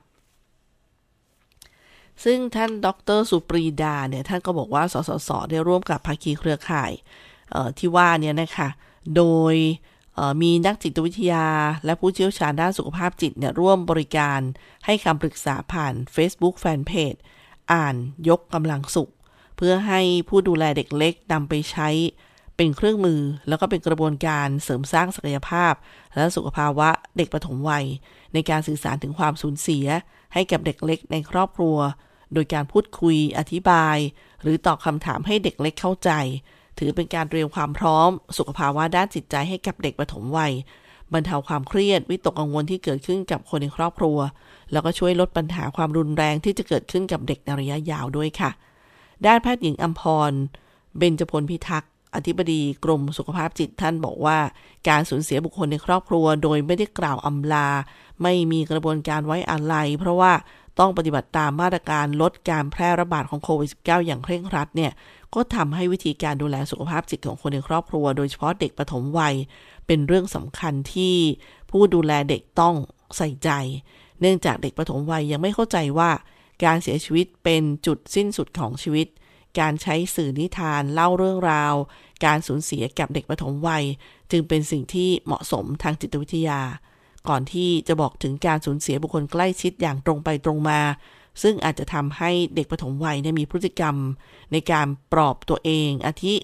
Speaker 1: ซึ่งท่านดร.สุปรีดาเนี่ยท่านก็บอกว่าสสส.ได้ร่วมกับภาคีเครือข่ายที่ว่าเนี่ยนะคะโดยมีนักจิตวิทยาและผู้เชี่ยวชาญด้านสุขภาพจิตเนี่ยร่วมบริการให้คำปรึกษาผ่าน Facebook Fanpage อ่านยกกำลังสุขเพื่อให้ผู้ดูแลเด็กเล็กนำไปใช้เป็นเครื่องมือแล้วก็เป็นกระบวนการเสริมสร้างศักยภาพและสุขภาวะเด็กปฐมวัยในการสื่อสารถึงความสูญเสียให้กับเด็กเล็กในครอบครัวโดยการพูดคุยอธิบายหรือตอบคำถามให้เด็กเล็กเข้าใจถือเป็นการเตรียมความพร้อมสุขภาวะด้านจิตใจให้กับเด็กปฐมวัยบรรเทาความเครียดวิตกกังวลที่เกิดขึ้นกับคนในครอบครัวแล้วก็ช่วยลดปัญหาความรุนแรงที่จะเกิดขึ้นกับเด็กในระยะยาวด้วยค่ะด้านแพทย์หญิงอัมพรเบญจพลพิทักษ์อธิบดีกรมสุขภาพจิตท่านบอกว่าการสูญเสียบุคคลในครอบครัวโดยไม่ได้กล่าวอำลาไม่มีกระบวนการไว้อาลัยเพราะว่าต้องปฏิบัติตามมาตรการลดการแพร่ระบาดของโควิด สิบเก้า อย่างเคร่งครัดเนี่ยก็ทำให้วิธีการดูแลสุขภาพจิตของคนในครอบครัวโดยเฉพาะเด็กปฐมวัยเป็นเรื่องสำคัญที่ผู้ดูแลเด็กต้องใส่ใจเนื่องจากเด็กปฐมวัยยังไม่เข้าใจว่าการเสียชีวิตเป็นจุดสิ้นสุดของชีวิตการใช้สื่อนิทานเล่าเรื่องราวการสูญเสียกับเด็กปฐมวัยจึงเป็นสิ่งที่เหมาะสมทางจิตวิทยาก่อนที่จะบอกถึงการสูญเสียบุคคลใกล้ชิดอย่างตรงไปตรงมาซึ่งอาจจะทำให้เด็กปฐมวัยเนี่ยมีพฤติกรรมในการปลอบตัวเองอาทิ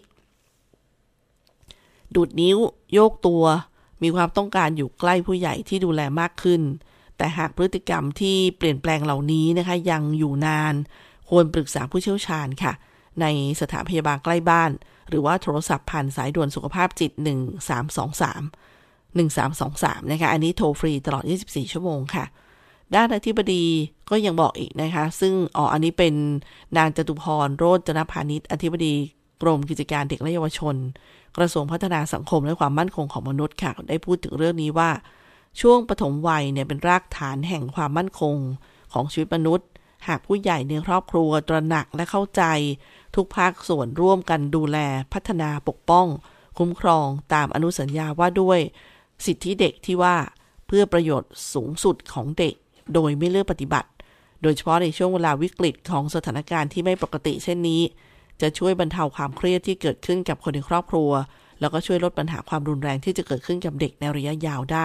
Speaker 1: ดูดนิ้วโยกตัวมีความต้องการอยู่ใกล้ผู้ใหญ่ที่ดูแลมากขึ้นแต่หากพฤติกรรมที่เปลี่ยนแปลงเหล่านี้นะคะยังอยู่นานควรปรึกษาผู้เชี่ยวชาญค่ะในสถานพยาบาลใกล้บ้านหรือว่าโทรศัพท์ผ่านสายด่วนสุขภาพจิตหนึ่งสามสองสาม หนึ่งสามสองสามนะคะอันนี้โทรฟรีตลอดยี่สิบสี่ชั่วโมงค่ะด้านอธิบดีก็ยังบอกอีกนะคะซึ่งอ๋ออันนี้เป็นนางจตุพรโรจนพานิชอธิบดีกรมกิจการเด็กและเยาวชนกระทรวงพัฒนาสังคมและความมั่นคงของมนุษย์ค่ะได้พูดถึงเรื่องนี้ว่าช่วงปฐมวัยเนี่ยเป็นรากฐานแห่งความมั่นคงของชีวิตมนุษย์หากผู้ใหญ่ในครอบครัวตระหนักและเข้าใจทุกภาคส่วนร่วมกันดูแลพัฒนาปกป้องคุ้มครองตามอนุสัญญาว่าด้วยสิทธิเด็กที่ว่าเพื่อประโยชน์สูงสุดของเด็กโดยไม่เลือกปฏิบัติโดยเฉพาะในช่วงเวลาวิกฤตของสถานการณ์ที่ไม่ปกติเช่นนี้จะช่วยบรรเทาความเครียดที่เกิดขึ้นกับคนในครอบครัวแล้วก็ช่วยลดปัญหาความรุนแรงที่จะเกิดขึ้นกับเด็กในระยะยาวได้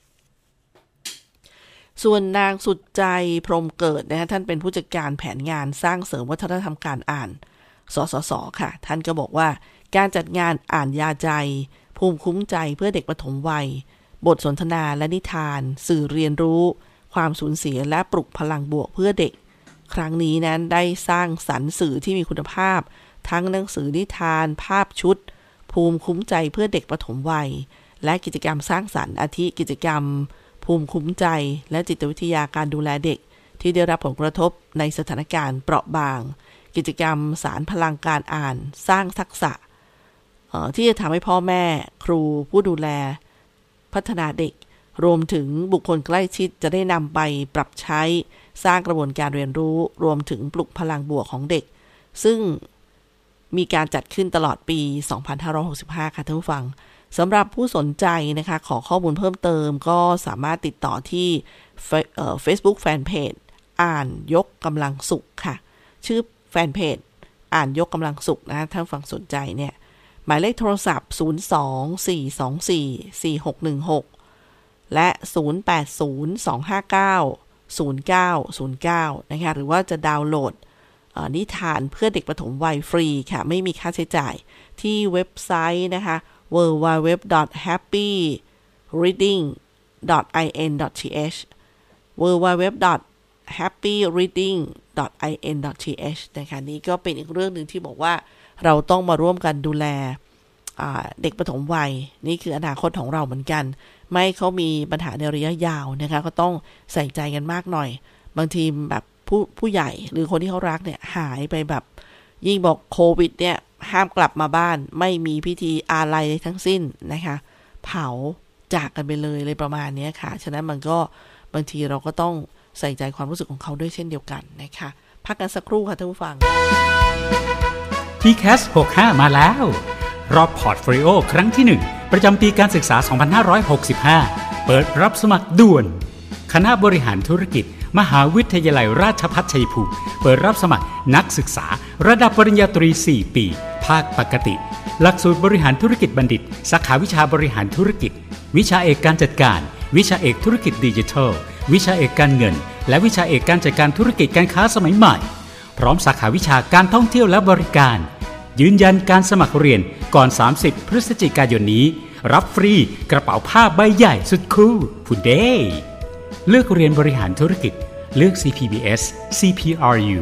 Speaker 1: ส่วนนางสุดใจพรหมเกิดนะฮะท่านเป็นผู้จัดการแผนงานสร้างเสริมวัฒนธรรมการอ่านสสสค่ะท่านก็บอกว่าการจัดงานอ่านยาใจภูมิคุ้มใจเพื่อเด็กปฐมวัยบทสนทนาและนิทานสื่อเรียนรู้ความสูญเสียและปลุกพลังบวกเพื่อเด็กครั้งนี้นั้นได้สร้างสรรค์สื่อที่มีคุณภาพทั้งหนังสือนิทานภาพชุดภูมิคุ้มใจเพื่อเด็กปฐมวัยและกิจกรรมสร้างสรรค์อาทิกิจกรรมภูมิคุ้มใจและจิตวิทยาการดูแลเด็กที่ได้รับผลกระทบในสถานการณ์เปราะบางกิจกรรมสารพลังการอ่านสร้างทักษะที่จะทำให้พ่อแม่ครูผู้ดูแลพัฒนาเด็กรวมถึงบุคคลใกล้ชิดจะได้นำไปปรับใช้สร้างกระบวนการเรียนรู้รวมถึงปลุกพลังบวกของเด็กซึ่งมีการจัดขึ้นตลอดปีสองพันห้าร้อยหกสิบห้าค่ะท่านผู้ฟังสำหรับผู้สนใจนะคะขอข้อมูลเพิ่มเติมก็สามารถติดต่อที่เอ่อ Facebook Fanpage อ่านยกกำลังสุขค่ะชื่อแฟนเพจอ่านยกกำลังสุขนะถ้าฟังสนใจเนี่ยหมายเลขโทรศัพท์ศูนย์ สอง สี่ สอง สี่ สี่ หก หนึ่ง หกและศูนย์ แปด ศูนย์ สอง ห้า เก้า ศูนย์ เก้า ศูนย์ เก้านะคะหรือว่าจะดาวน์โหลดนิทานเพื่อเด็กปฐมวัยฟรีค่ะไม่มีค่าใช้จ่ายที่เว็บไซต์นะคะ ดับเบิลยู ดับเบิลยู ดับเบิลยู ดอท แฮปปี้ รีดดิ้ง ดอท ไอ เอ็น ดอท ที เอช ดับเบิลยู ดับเบิลยู ดับเบิลยู ดอท แฮปปี้ รีดดิ้ง ดอท ไอ เอ็น ดอท ที เอช นะคะนี่ก็เป็นอีกเรื่องนึงที่บอกว่าเราต้องมาร่วมกันดูแลเด็กปฐมวัยนี่คืออนาคตของเราเหมือนกันไม่เขามีปัญหาในระยะยาวนะคะก็ต้องใส่ใจกันมากหน่อยบางทีแบบผู้ผู้ใหญ่หรือคนที่เขารักเนี่ยหายไปแบบยิ่งบอกโควิดเนี่ยห้ามกลับมาบ้านไม่มีพิธีอาลัยทั้งสิ้นนะคะเผาจากกันไปเลยเลยประมาณนี้ค่ะฉะนั้นมันก็บางทีเราก็ต้องใส่ใจความรู้สึกของเขาด้วยเช่นเดียวกันนะคะพักกันสักครู่ค่ะท่านผู้ฟัง
Speaker 6: ที แคส หกสิบห้า มาแล้วรอบพอร์ตโฟลิโอครั้งที่หนึ่งประจำปีการศึกษาสองพันห้าร้อยหกสิบห้าเปิดรับสมัครด่วนคณะบริหารธุรกิจมหาวิทยาลัยราชภัฏชัยภูมิเปิดรับสมัครนักศึกษาระดับปริญญาตรีสี่ปีภาคปกติหลักสูตรบริหารธุรกิจบัณฑิตสาขาวิชาบริหารธุรกิจวิชาเอกการจัดการวิชาเอกธุรกิจดิจิทัลวิชาเอกการเงินและวิชาเอกการจัดการธุรกิจการค้าสมัยใหม่พร้อมสาขาวิชาการท่องเที่ยวและบริการยืนยันการสมัครเรียนก่อนสามสิบพฤศจิกายนนี้รับฟรีกระเป๋าผ้าใบใหญ่สุดคูลพูดเด้เลือกเรียนบริหารธุรกิจเลือก ซี พี บี เอส ซี พี อาร์ ยู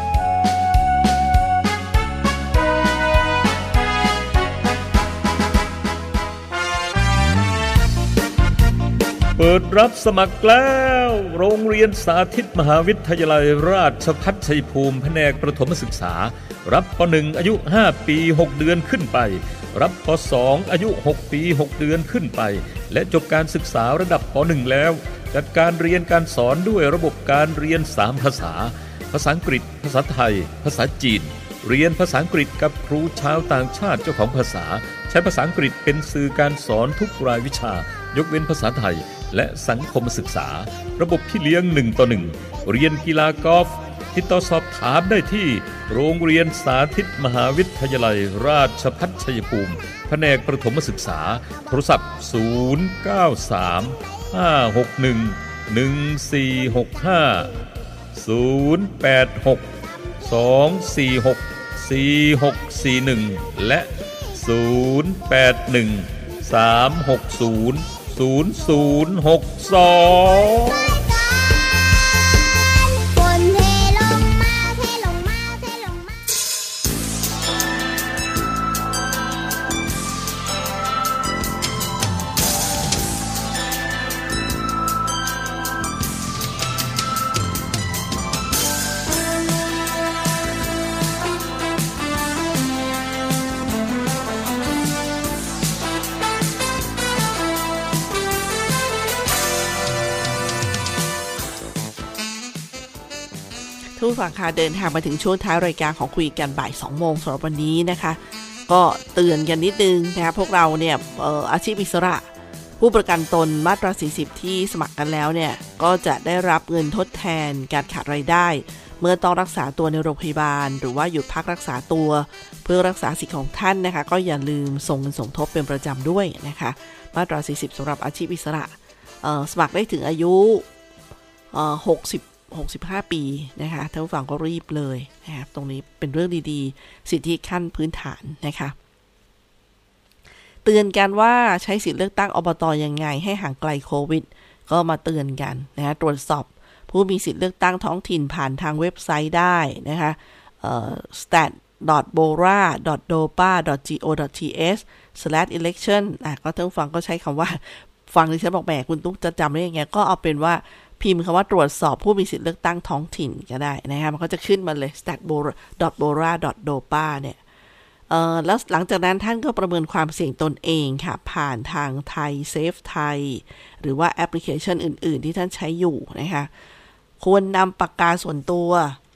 Speaker 2: เปิดรับสมัครแล้วโรงเรียนสาธิตมหาวิทยาลัยราชภัฏชัยภูมิแผนกประถมศึกษารับป.หนึ่ง อายุห้าปีหกเดือนขึ้นไปรับป.สอง อายุหกปีหกเดือนขึ้นไปและจบการศึกษาระดับป.หนึ่ง แล้วจัดการเรียนการสอนด้วยระบบการเรียนสามภาษาภาษาอังกฤษภาษาไทยภาษาจีนเรียนภาษาอังกฤษกับครูชาวต่างชาติเจ้าของภาษาใช้ภาษาอังกฤษเป็นสื่อการสอนทุกรายวิชายกเว้นภาษาไทยและสังคมศึกษาระบบพี่เลี้ยงหนึ่งต่อหนึ่งเรียนกีฬากอล์ฟติดต่อสอบถามได้ที่โรงเรียนสาธิตมหาวิทยาลัยราชภัฏชัยภูมิแผนกประถมศึกษาโทรศัพท์ศูนย์ เก้า สาม ห้า หก หนึ่ง หนึ่ง สี่ หก ห้า ศูนย์ แปด หก สอง สี่ หก สี่ หก สี่ หนึ่งและศูนย์ แปด หนึ่ง สาม หก ศูนย์ ศูนย์ ศูนย์ หก สอง
Speaker 1: ทุกฝั่งค่ะเดินทางมาถึงช่วงท้ายรายการของคุยกันบ่ายสองโมงสำหรับวันนี้นะคะก็เตือนกันนิดนึงนะคะพวกเราเนี่ยเอ่ออาชีพอิสระผู้ประกันตนมาตราสี่สิบที่สมัครกันแล้วเนี่ยก็จะได้รับเงินทดแทนการขาดรายได้เมื่อต้องรักษาตัวในโรงพยาบาลหรือว่าหยุดพักรักษาตัวเพื่อรักษาสิทธิของท่านนะคะก็อย่าลืมส่งเงินสมทบเป็นประจำด้วยนะคะมาตราสี่สิบสำหรับอาชีพอิสระเอ่อสมัครได้ถึงอายุเอ่อหกสิบหกสิบห้าปีนะคะท่านผู้ฟังก็รีบเลยนะคะตรงนี้เป็นเรื่องดีๆสิทธิขั้นพื้นฐานนะคะเตือนกันว่าใช้สิทธิเลือกตั้งอบต.ยังไงให้ห่างไกลโควิดก็มาเตือนกันนะคะตรวจสอบผู้มีสิทธิเลือกตั้งท้องถิ่นผ่านทางเว็บไซต์ได้นะคะเอ่อ สแตท ดอท โบรา ดอท โดปา ดอท จี โอ ดอท ที เอส สแลช อีเลคชั่น อ่ะก็ท่านผู้ฟังก็ใช้คำว่าฟังดิฉันบอกแหมคุณตุ๊กจะจำได้ยังไงก็เอาเป็นว่าพิมพ์คำว่าตรวจสอบผู้มีสิทธิเลือกตั้งท้องถิ่นก็ได้นะคะมันก็จะขึ้นมาเลย สแตท ดอท โบรา ดอท โดปา เนี่ยเอ่อแล้วหลังจากนั้นท่านก็ประเมินความเสี่ยงตนเองค่ะผ่านทางไทยเซฟไทยหรือว่าแอปพลิเคชันอื่นๆที่ท่านใช้อยู่นะคะควรนำปากกาส่วนตัว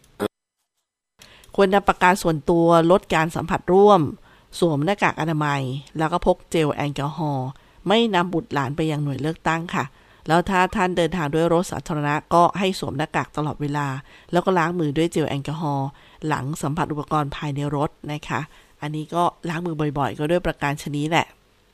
Speaker 1: ควรนำปากกาส่วนตัวลดการสัมผัสร่วมสวมหน้ากากอนามัยแล้วก็พกเจลแอลกอฮอล์ไม่นำบุตรหลานไปยังหน่วยเลือกตั้งค่ะแล้วถ้าท่านเดินทางด้วยรถสาธารณะก็ให้สวมหน้ากากตลอดเวลาแล้วก็ล้างมือด้วยเจลแอลกอฮอล์หลังสัมผัสอุปกรณ์ภายในรถนะคะอันนี้ก็ล้างมือบ่อยๆก็ด้วยประการชนิดแหละ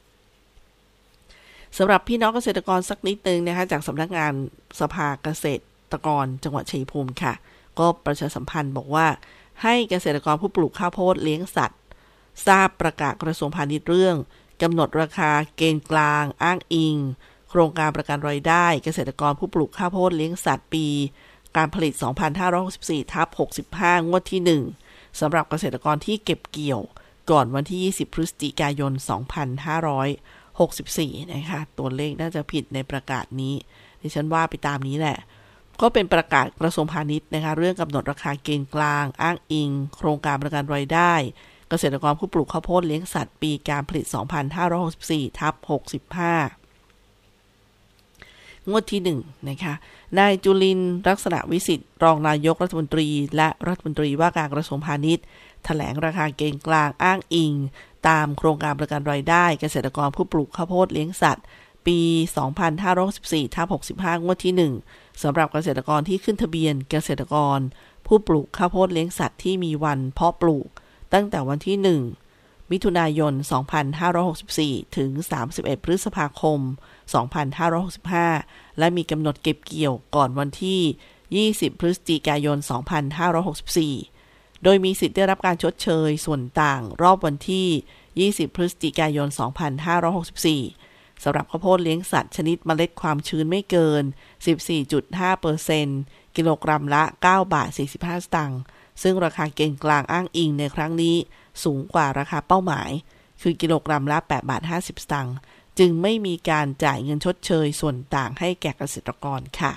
Speaker 1: สำหรับพี่น้องเกษตรกรสักนิดนึงนะคะจากสำนักงานสภาเกษตรกรจังหวัดชัยภูมิค่ะก็ประชาสัมพันธ์บอกว่าให้เกษตรกรผู้ปลูกข้าวโพดเลี้ยงสัตว์ทราบประกาศกระทรวงพาณิชย์เรื่องกำหนดราคาเกณฑ์กลางอ้างอิงโครงการประกันรายได้เกษตรกรผู้ปลูกข้าวโพดเลี้ยงสัตว์ปีการผลิต สองพันห้าร้อยหกสิบสี่ ทับ หกสิบห้า งวดที่หนึ่งสำหรับเกษตรกรที่เก็บเกี่ยวก่อนวันที่ยี่สิบพฤศจิกายนสองพันห้าร้อยหกสิบสี่นะคะตัวเลขน่าจะผิดในประกาศนี้ดิฉันว่าไปตามนี้แหละก็เป็นประกาศกระทรวงพาณิชย์นะคะเรื่องกำหนดราคาเกณฑ์กลางอ้างอิงโครงการประกันรายได้เกษตรกรผู้ปลูกข้าวโพดเลี้ยงสัตว์ปีการผลิต สองพันห้าร้อยหกสิบสี่ ทับ หกสิบห้างวดที่หนึ่งนะคะนายจุลินทร์ลักษณะวิสิทธิ์รองนายกรัฐมนตรีและรัฐมนตรีว่าการกระทรวงพาณิชย์แถลงราคาเกณฑ์กลางอ้างอิงตามโครงการประกันรายได้เกษตรกรผู้ปลูกข้าวโพดเลี้ยงสัตว์ปี สองพันห้าร้อยหกสิบสี่ ทับ หกสิบห้างวดที่หนึ่งสำหรับเกษตรกรที่ขึ้นทะเบียนเกษตรกรผู้ปลูกข้าวโพดเลี้ยงสัตว์ที่มีวันเพาะปลูกตั้งแต่วันที่หนึ่งมิถุนายนสองพันห้าร้อยหกสิบสี่ถึงสามสิบเอ็ดพฤษภาคมสองพันห้าร้อยหกสิบห้าและมีกำหนดเก็บเกี่ยวก่อนวันที่ยี่สิบพฤศจิกายนสองพันห้าร้อยหกสิบสี่โดยมีสิทธิ์ได้รับการชดเชยส่วนต่างรอบวันที่ยี่สิบพฤศจิกายนสองพันห้าร้อยหกสิบสี่สำหรับข้าวโพดเลี้ยงสัตว์ชนิดเมล็ดความชื้นไม่เกิน สิบสี่จุดห้าเปอร์เซ็นต์ กิโลกรัมละเก้าบาทสี่สิบห้าสตางค์ซึ่งราคาเกณฑ์กลางอ้างอิงในครั้งนี้สูงกว่าราคาเป้าหมายคือกิโลกรัมละแปดบาทห้าสิบสตางค์จึงไม่มีการจ่ายเงินชดเชยส่วนต่างให้แก่เกษตรกรค่ะ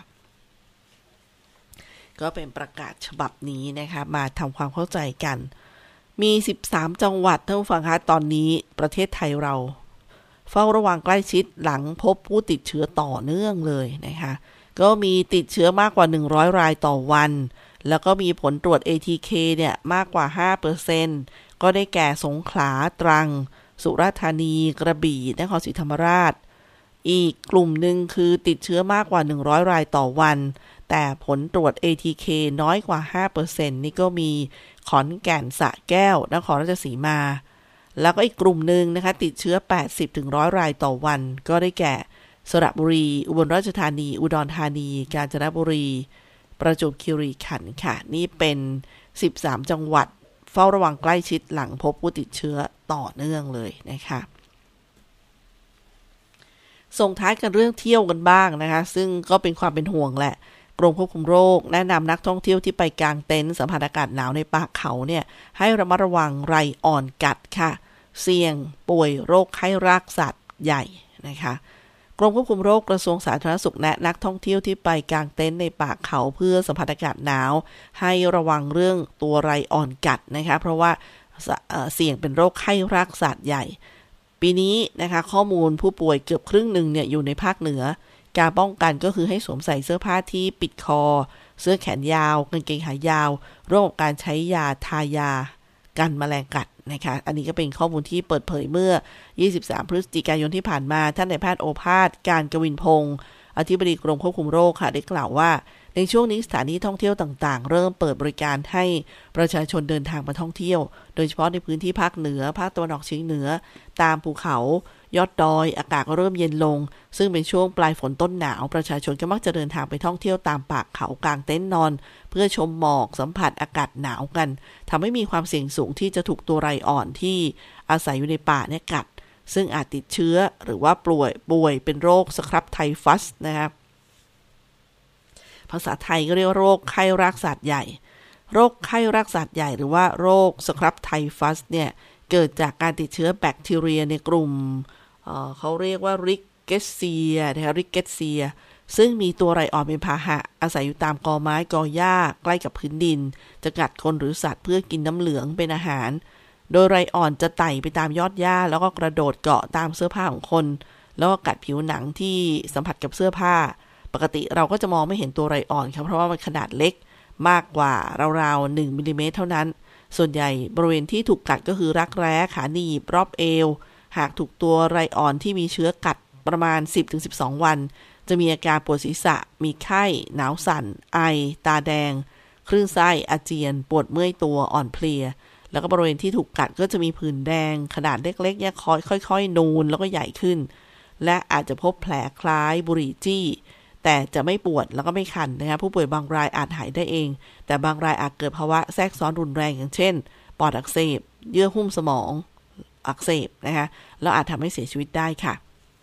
Speaker 1: ก็เป็นประกาศฉบับนี้นะคะมาทำความเข้าใจกันมีสิบสามจังหวัดท่านผู้ฟังคะตอนนี้ประเทศไทยเราเฝ้าระวังใกล้ชิดหลังพบผู้ติดเชื้อต่อเนื่องเลยนะคะก็มีติดเชื้อมากกว่าหนึ่งร้อยรายต่อวันแล้วก็มีผลตรวจ เอ ที เค เนี่ยมากกว่า ห้าเปอร์เซ็นต์ ก็ได้แก่สงขลาตรังสุราษฎร์ธานีกระบี่นครศรีธรรมราชอีกกลุ่มหนึ่งคือติดเชื้อมากกว่าหนึ่งร้อยรายต่อวันแต่ผลตรวจ เอ ที เค น้อยกว่า ห้าเปอร์เซ็นต์ นี่ก็มีขอนแก่นสระแก้วนครราชสีมาแล้วก็อีกกลุ่มหนึ่งนะคะติดเชื้อ แปดสิบถึงหนึ่งร้อยรายต่อวันก็ได้แก่สระบุรีอุบลราชธานีอุดรธานีกาญจนบุรีประจวบคีรีขันธ์ค่ะนี่เป็นสิบสามจังหวัดเฝ้าระวังใกล้ชิดหลังพบผู้ติดเชื้อต่อเนื่องเลยนะคะส่งท้ายกันเรื่องเที่ยวกันบ้างนะคะซึ่งก็เป็นความเป็นห่วงแหละกรมควบคุมโรคแนะนำนักท่องเที่ยวที่ไปกางเต็นท์สัมผัสอากาศหนาวในป่าเขาเนี่ยให้ระมัดระวังไรอ่อนกัดค่ะเสี่ยงป่วยโรคไข้รากสัตว์ใหญ่นะคะกรมควบคุมโรคกระทรวงสาธารณสุขแนะนักท่องเที่ยวที่ไปกางเต็นท์ในป่าเขาเพื่อสัมผัสอากาศหนาวให้ระวังเรื่องตัวไรอ่อนกัดนะคะเพราะว่าเสี่ยงเป็นโรคไข้รากสัตว์ใหญ่ปีนี้นะคะข้อมูลผู้ป่วยเกือบครึ่งหนึ่งเนี่ยอยู่ในภาคเหนือการป้องกันก็คือให้สวมใส่เสื้อผ้าที่ปิดคอเสื้อแขนยาวกางเกงขายาวร่วมกับการใช้ยาทายากันแมลงกัดนะคะอันนี้ก็เป็นข้อมูลที่เปิดเผยเมื่อยี่สิบสามพฤศจิกายนที่ผ่านมาท่านนายแพทย์โอภาสการกวินพงศ์อธิบดีกรมควบคุมโรคค่ะได้กล่าวว่าในช่วงนี้สถานที่ท่องเที่ยวต่างๆเริ่มเปิดบริการให้ประชาชนเดินทางมาท่องเที่ยวโดยเฉพาะในพื้นที่ภาคเหนือภาคตะวันออกเฉียงเหนือตามภูเขายอดดอยอากาศก็เริ่มเย็นลงซึ่งเป็นช่วงปลายฝนต้นหนาวประชาชนก็มักจะเดินทางไปท่องเที่ยวตามป่าเขากางเต็นท์นอนเพื่อชมหมอกสัมผัสอากาศหนาวกันทำให้มีความเสี่ยงสูงที่จะถูกตัวไรอ่อนที่อาศัยอยู่ในป่าเนี่ยกัดซึ่งอาจติดเชื้อหรือว่าป่วยป่วยเป็นโรคสครับไทฟัสนะครับภาษาไทยก็เรียกโรคไข้รากสัตว์ใหญ่โรคไข้รากสัตว์ใหญ่หรือว่าโรคสครับไทฟัสเนี่ยเกิดจากการติดเชื้อแบคทีเรียในกลุ่ม เอ่อ เขาเรียกว่าริกเกสเซียนะคะริกเกสเซียซึ่งมีตัวไรอ่อนเป็นพาหะอาศัยอยู่ตามกอไม้กอหญ้าใกล้กับพื้นดินจะกัดคนหรือสัตว์เพื่อกินน้ำเหลืองเป็นอาหารโดยไรอ่อนจะไต่ไปตามยอดหญ้าแล้วก็กระโดดเกาะตามเสื้อผ้าของคนแล้วก็กัดผิวหนังที่สัมผัสกับเสื้อผ้าปกติเราก็จะมองไม่เห็นตัวไรอ่อนครับเพราะว่ามันขนาดเล็กมากกว่าราวๆหนึ่งมิลลิเมตรเท่านั้นส่วนใหญ่บริเวณที่ถูกกัดก็คือรักแร้ขาหนีบรอบเอวหากถูกตัวไรอ่อนที่มีเชื้อกัดประมาณ สิบถึงสิบสอง วันจะมีอาการปวดศีรษะมีไข้หนาวสั่นไอตาแดงคลื่นไส้อาเจียนปวดเมื่อยตัวอ่อนเพลียแล้วก็บริเวณที่ถูกกัดก็จะมีผื่นแดงขนาดเล็กๆเนี่ยค่อยๆนูนแล้วก็ใหญ่ขึ้นและอาจจะพบแผลคล้ายบุหรี่จี้แต่จะไม่ปวดแล้วก็ไม่คันนะคะผู้ป่วยบางรายอาจหายได้เองแต่บางรายอาจเกิดภาวะแทรกซ้อนรุนแรงอย่างเช่นปอดอักเสบเยื่อหุ้มสมองอักเสบนะคะแล้วอาจทำให้เสียชีวิตได้ค่ะ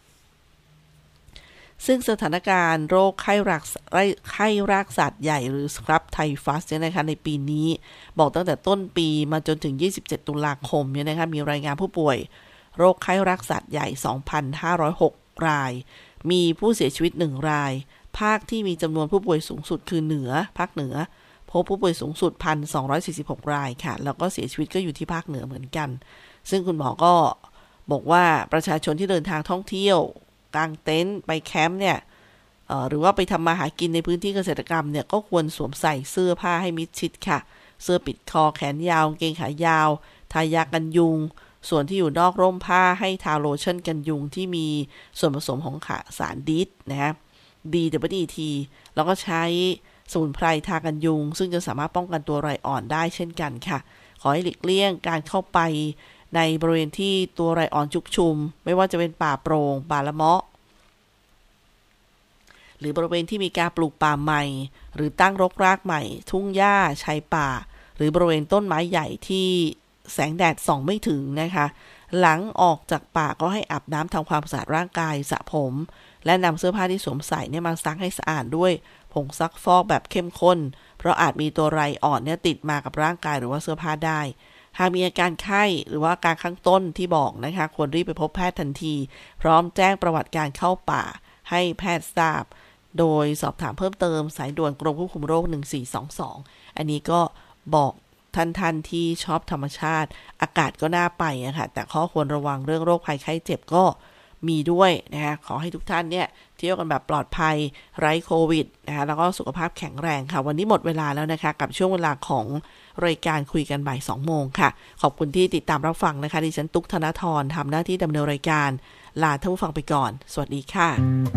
Speaker 1: ซึ่งสถานการณ์โรคไข้รากไข้รากสัตว์ใหญ่หรือสครับไทฟัสเนี่ยนะคะในปีนี้บอกตั้งแต่ต้นปีมาจนถึงยี่สิบเจ็ดตุลาคมเนี่ยนะคะมีรายงานผู้ป่วยโรคไข้รากสัตว์ใหญ่ สองพันห้าร้อยหก รายมีผู้เสียชีวิตหนึ่งรายภาคที่มีจำนวนผู้ป่วยสูงสุดคือเหนือภาคเหนือพบผู้ป่วยสูงสุด หนึ่งพันสองร้อยสี่สิบหก รายค่ะแล้วก็เสียชีวิตก็อยู่ที่ภาคเหนือเหมือนกันซึ่งคุณหมอก็บอกว่าประชาชนที่เดินทางท่องเที่ยวกางเต็นท์ไปแคมป์เนี่ยหรือว่าไปทำมาหากินในพื้นที่เกษตรกรรมเนี่ยก็ควรสวมใส่เสื้อผ้าให้มิดชิดค่ะเสื้อปิดคอแขนยาวกางเกงขายาวทายากันยุงส่วนที่อยู่นอกร่มผ้าให้ทาโลชั่นกันยุงที่มีส่วนผสมของสารดีทนะฮะ ดี ดับเบิลยู อี ที แล้วก็ใช้สมุนไพรทากันยุงซึ่งจะสามารถป้องกันตัวไรอ่อนได้เช่นกันค่ะขอให้หลีกเลี่ยงการเข้าไปในบริเวณที่ตัวไรอ่อนชุกชุมไม่ว่าจะเป็นป่าโปร่งป่าละเมาะหรือบริเวณที่มีการปลูกป่าใหม่หรือตั้งรกรากใหม่ทุ่งหญ้าชายป่าหรือบริเวณต้นไม้ใหญ่ที่แสงแดดส่องไม่ถึงนะคะหลังออกจากป่าก็ให้อาบน้ำทำความสะอาดร่างกายสระผมและนำเสื้อผ้าที่สวมใส่เนี่ยมาซักให้สะอาดด้วยผงซักฟอกแบบเข้มข้นเพราะอาจมีตัวไรอ่อนเนี่ยติดมากับร่างกายหรือว่าเสื้อผ้าได้หากมีอาการไข้หรือว่าอาการข้างต้นที่บอกนะคะควรรีบไปพบแพทย์ทันทีพร้อมแจ้งประวัติการเข้าป่าให้แพทย์ทราบโดยสอบถามเพิ่มเติมสายด่วนกรมควบคุมโรคหนึ่งสี่สองสองอันนี้ก็บอกท่านท่านที่ชอบธรรมชาติอากาศก็น่าไปอะค่ะแต่ข้อควรระวังเรื่องโรคภัยไข้เจ็บก็มีด้วยนะคะขอให้ทุกท่านเนี่ยเที่ยวกันแบบปลอดภัยไร้โควิดนะคะแล้วก็สุขภาพแข็งแรงค่ะวันนี้หมดเวลาแล้วนะคะกับช่วงเวลาของรายการคุยกันบ่ายสองโมงค่ะขอบคุณที่ติดตามรับฟังนะคะดิฉันตุ๊กธนธรทำหน้าที่ดำเนินรายการลาท่านผู้ฟังไปก่อนสวัสดีค่ะ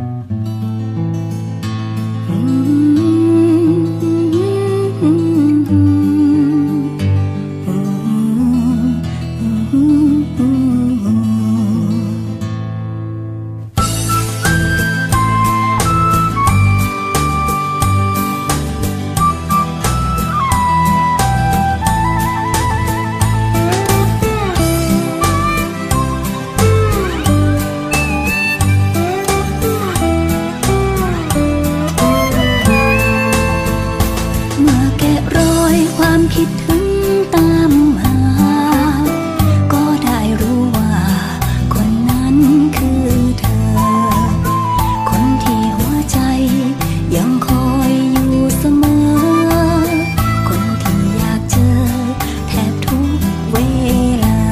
Speaker 7: คิดถึงตามหาก็ได้รู้ว่าคนนั้นคือเธอคนที่หัวใจยังคอยอยู่เสมอคนที่อยากเจอแทบทุกเวลา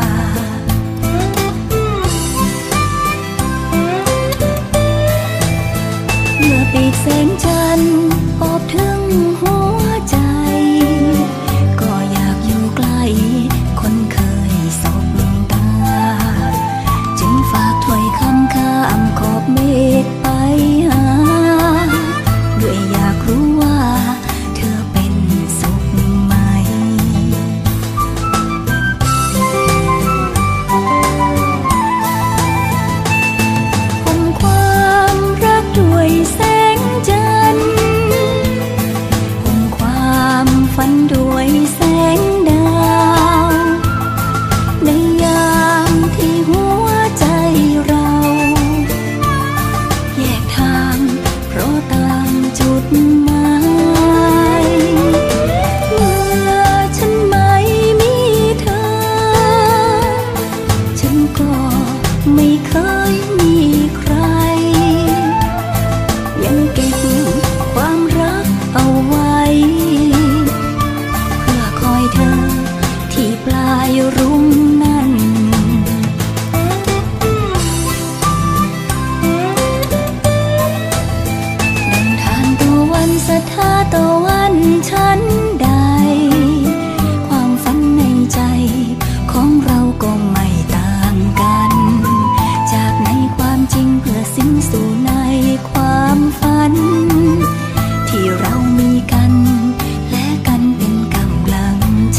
Speaker 7: เมื่อปีกแสงจันทร์ออบถึงหัวใจคนเคยสบตาจึงฝากถ้อยคำข้ามขอบเมฆไปหาด้วยอยากรู้ว่าเธอเป็นสุขไหมคงความรักด้วยแสงจันทร์คงความฝันด้วยแสงดาวในยามที่หัวใจเราแยกทางเพราะต่างจุดหมายเมื่อฉันไม่มีเธอฉันก็ไม่เคยมีใครยังเก็บความรักเอาไว้เพื่อคอยเธอที่ปลายรุ่งนั้นดังทานตะวันสะท้าตะวันฉันใดความฝันในใจของเราก็ไม่ต่างกันจากในความจริงเพื่อสิ้นสู่ในความฝันที่เรามีกันและกันเป็นกำลังใจ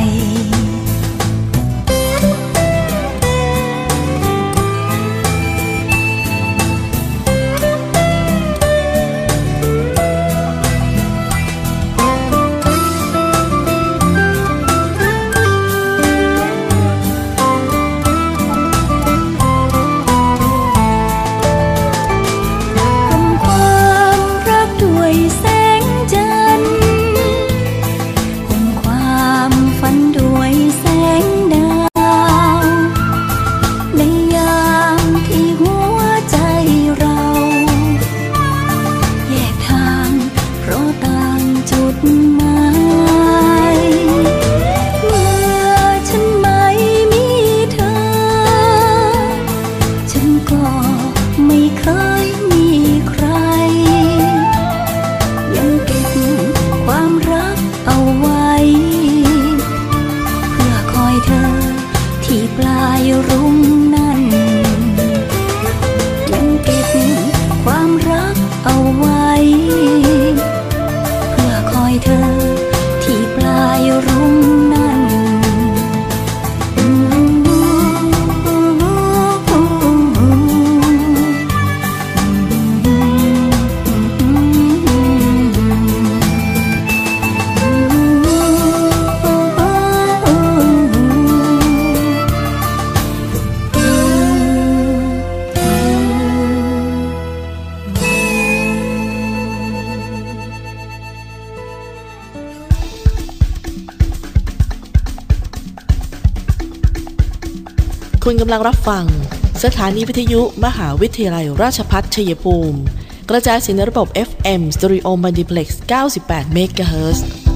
Speaker 1: คุณกำลังรับฟังสถานีวิทยุมหาวิทยาลัยราชภัฏชัยภูมิกระจายเสียงในระบบ เอฟ เอ็ม Stereo Multiplex เก้าสิบแปด เมกะเฮิรตซ์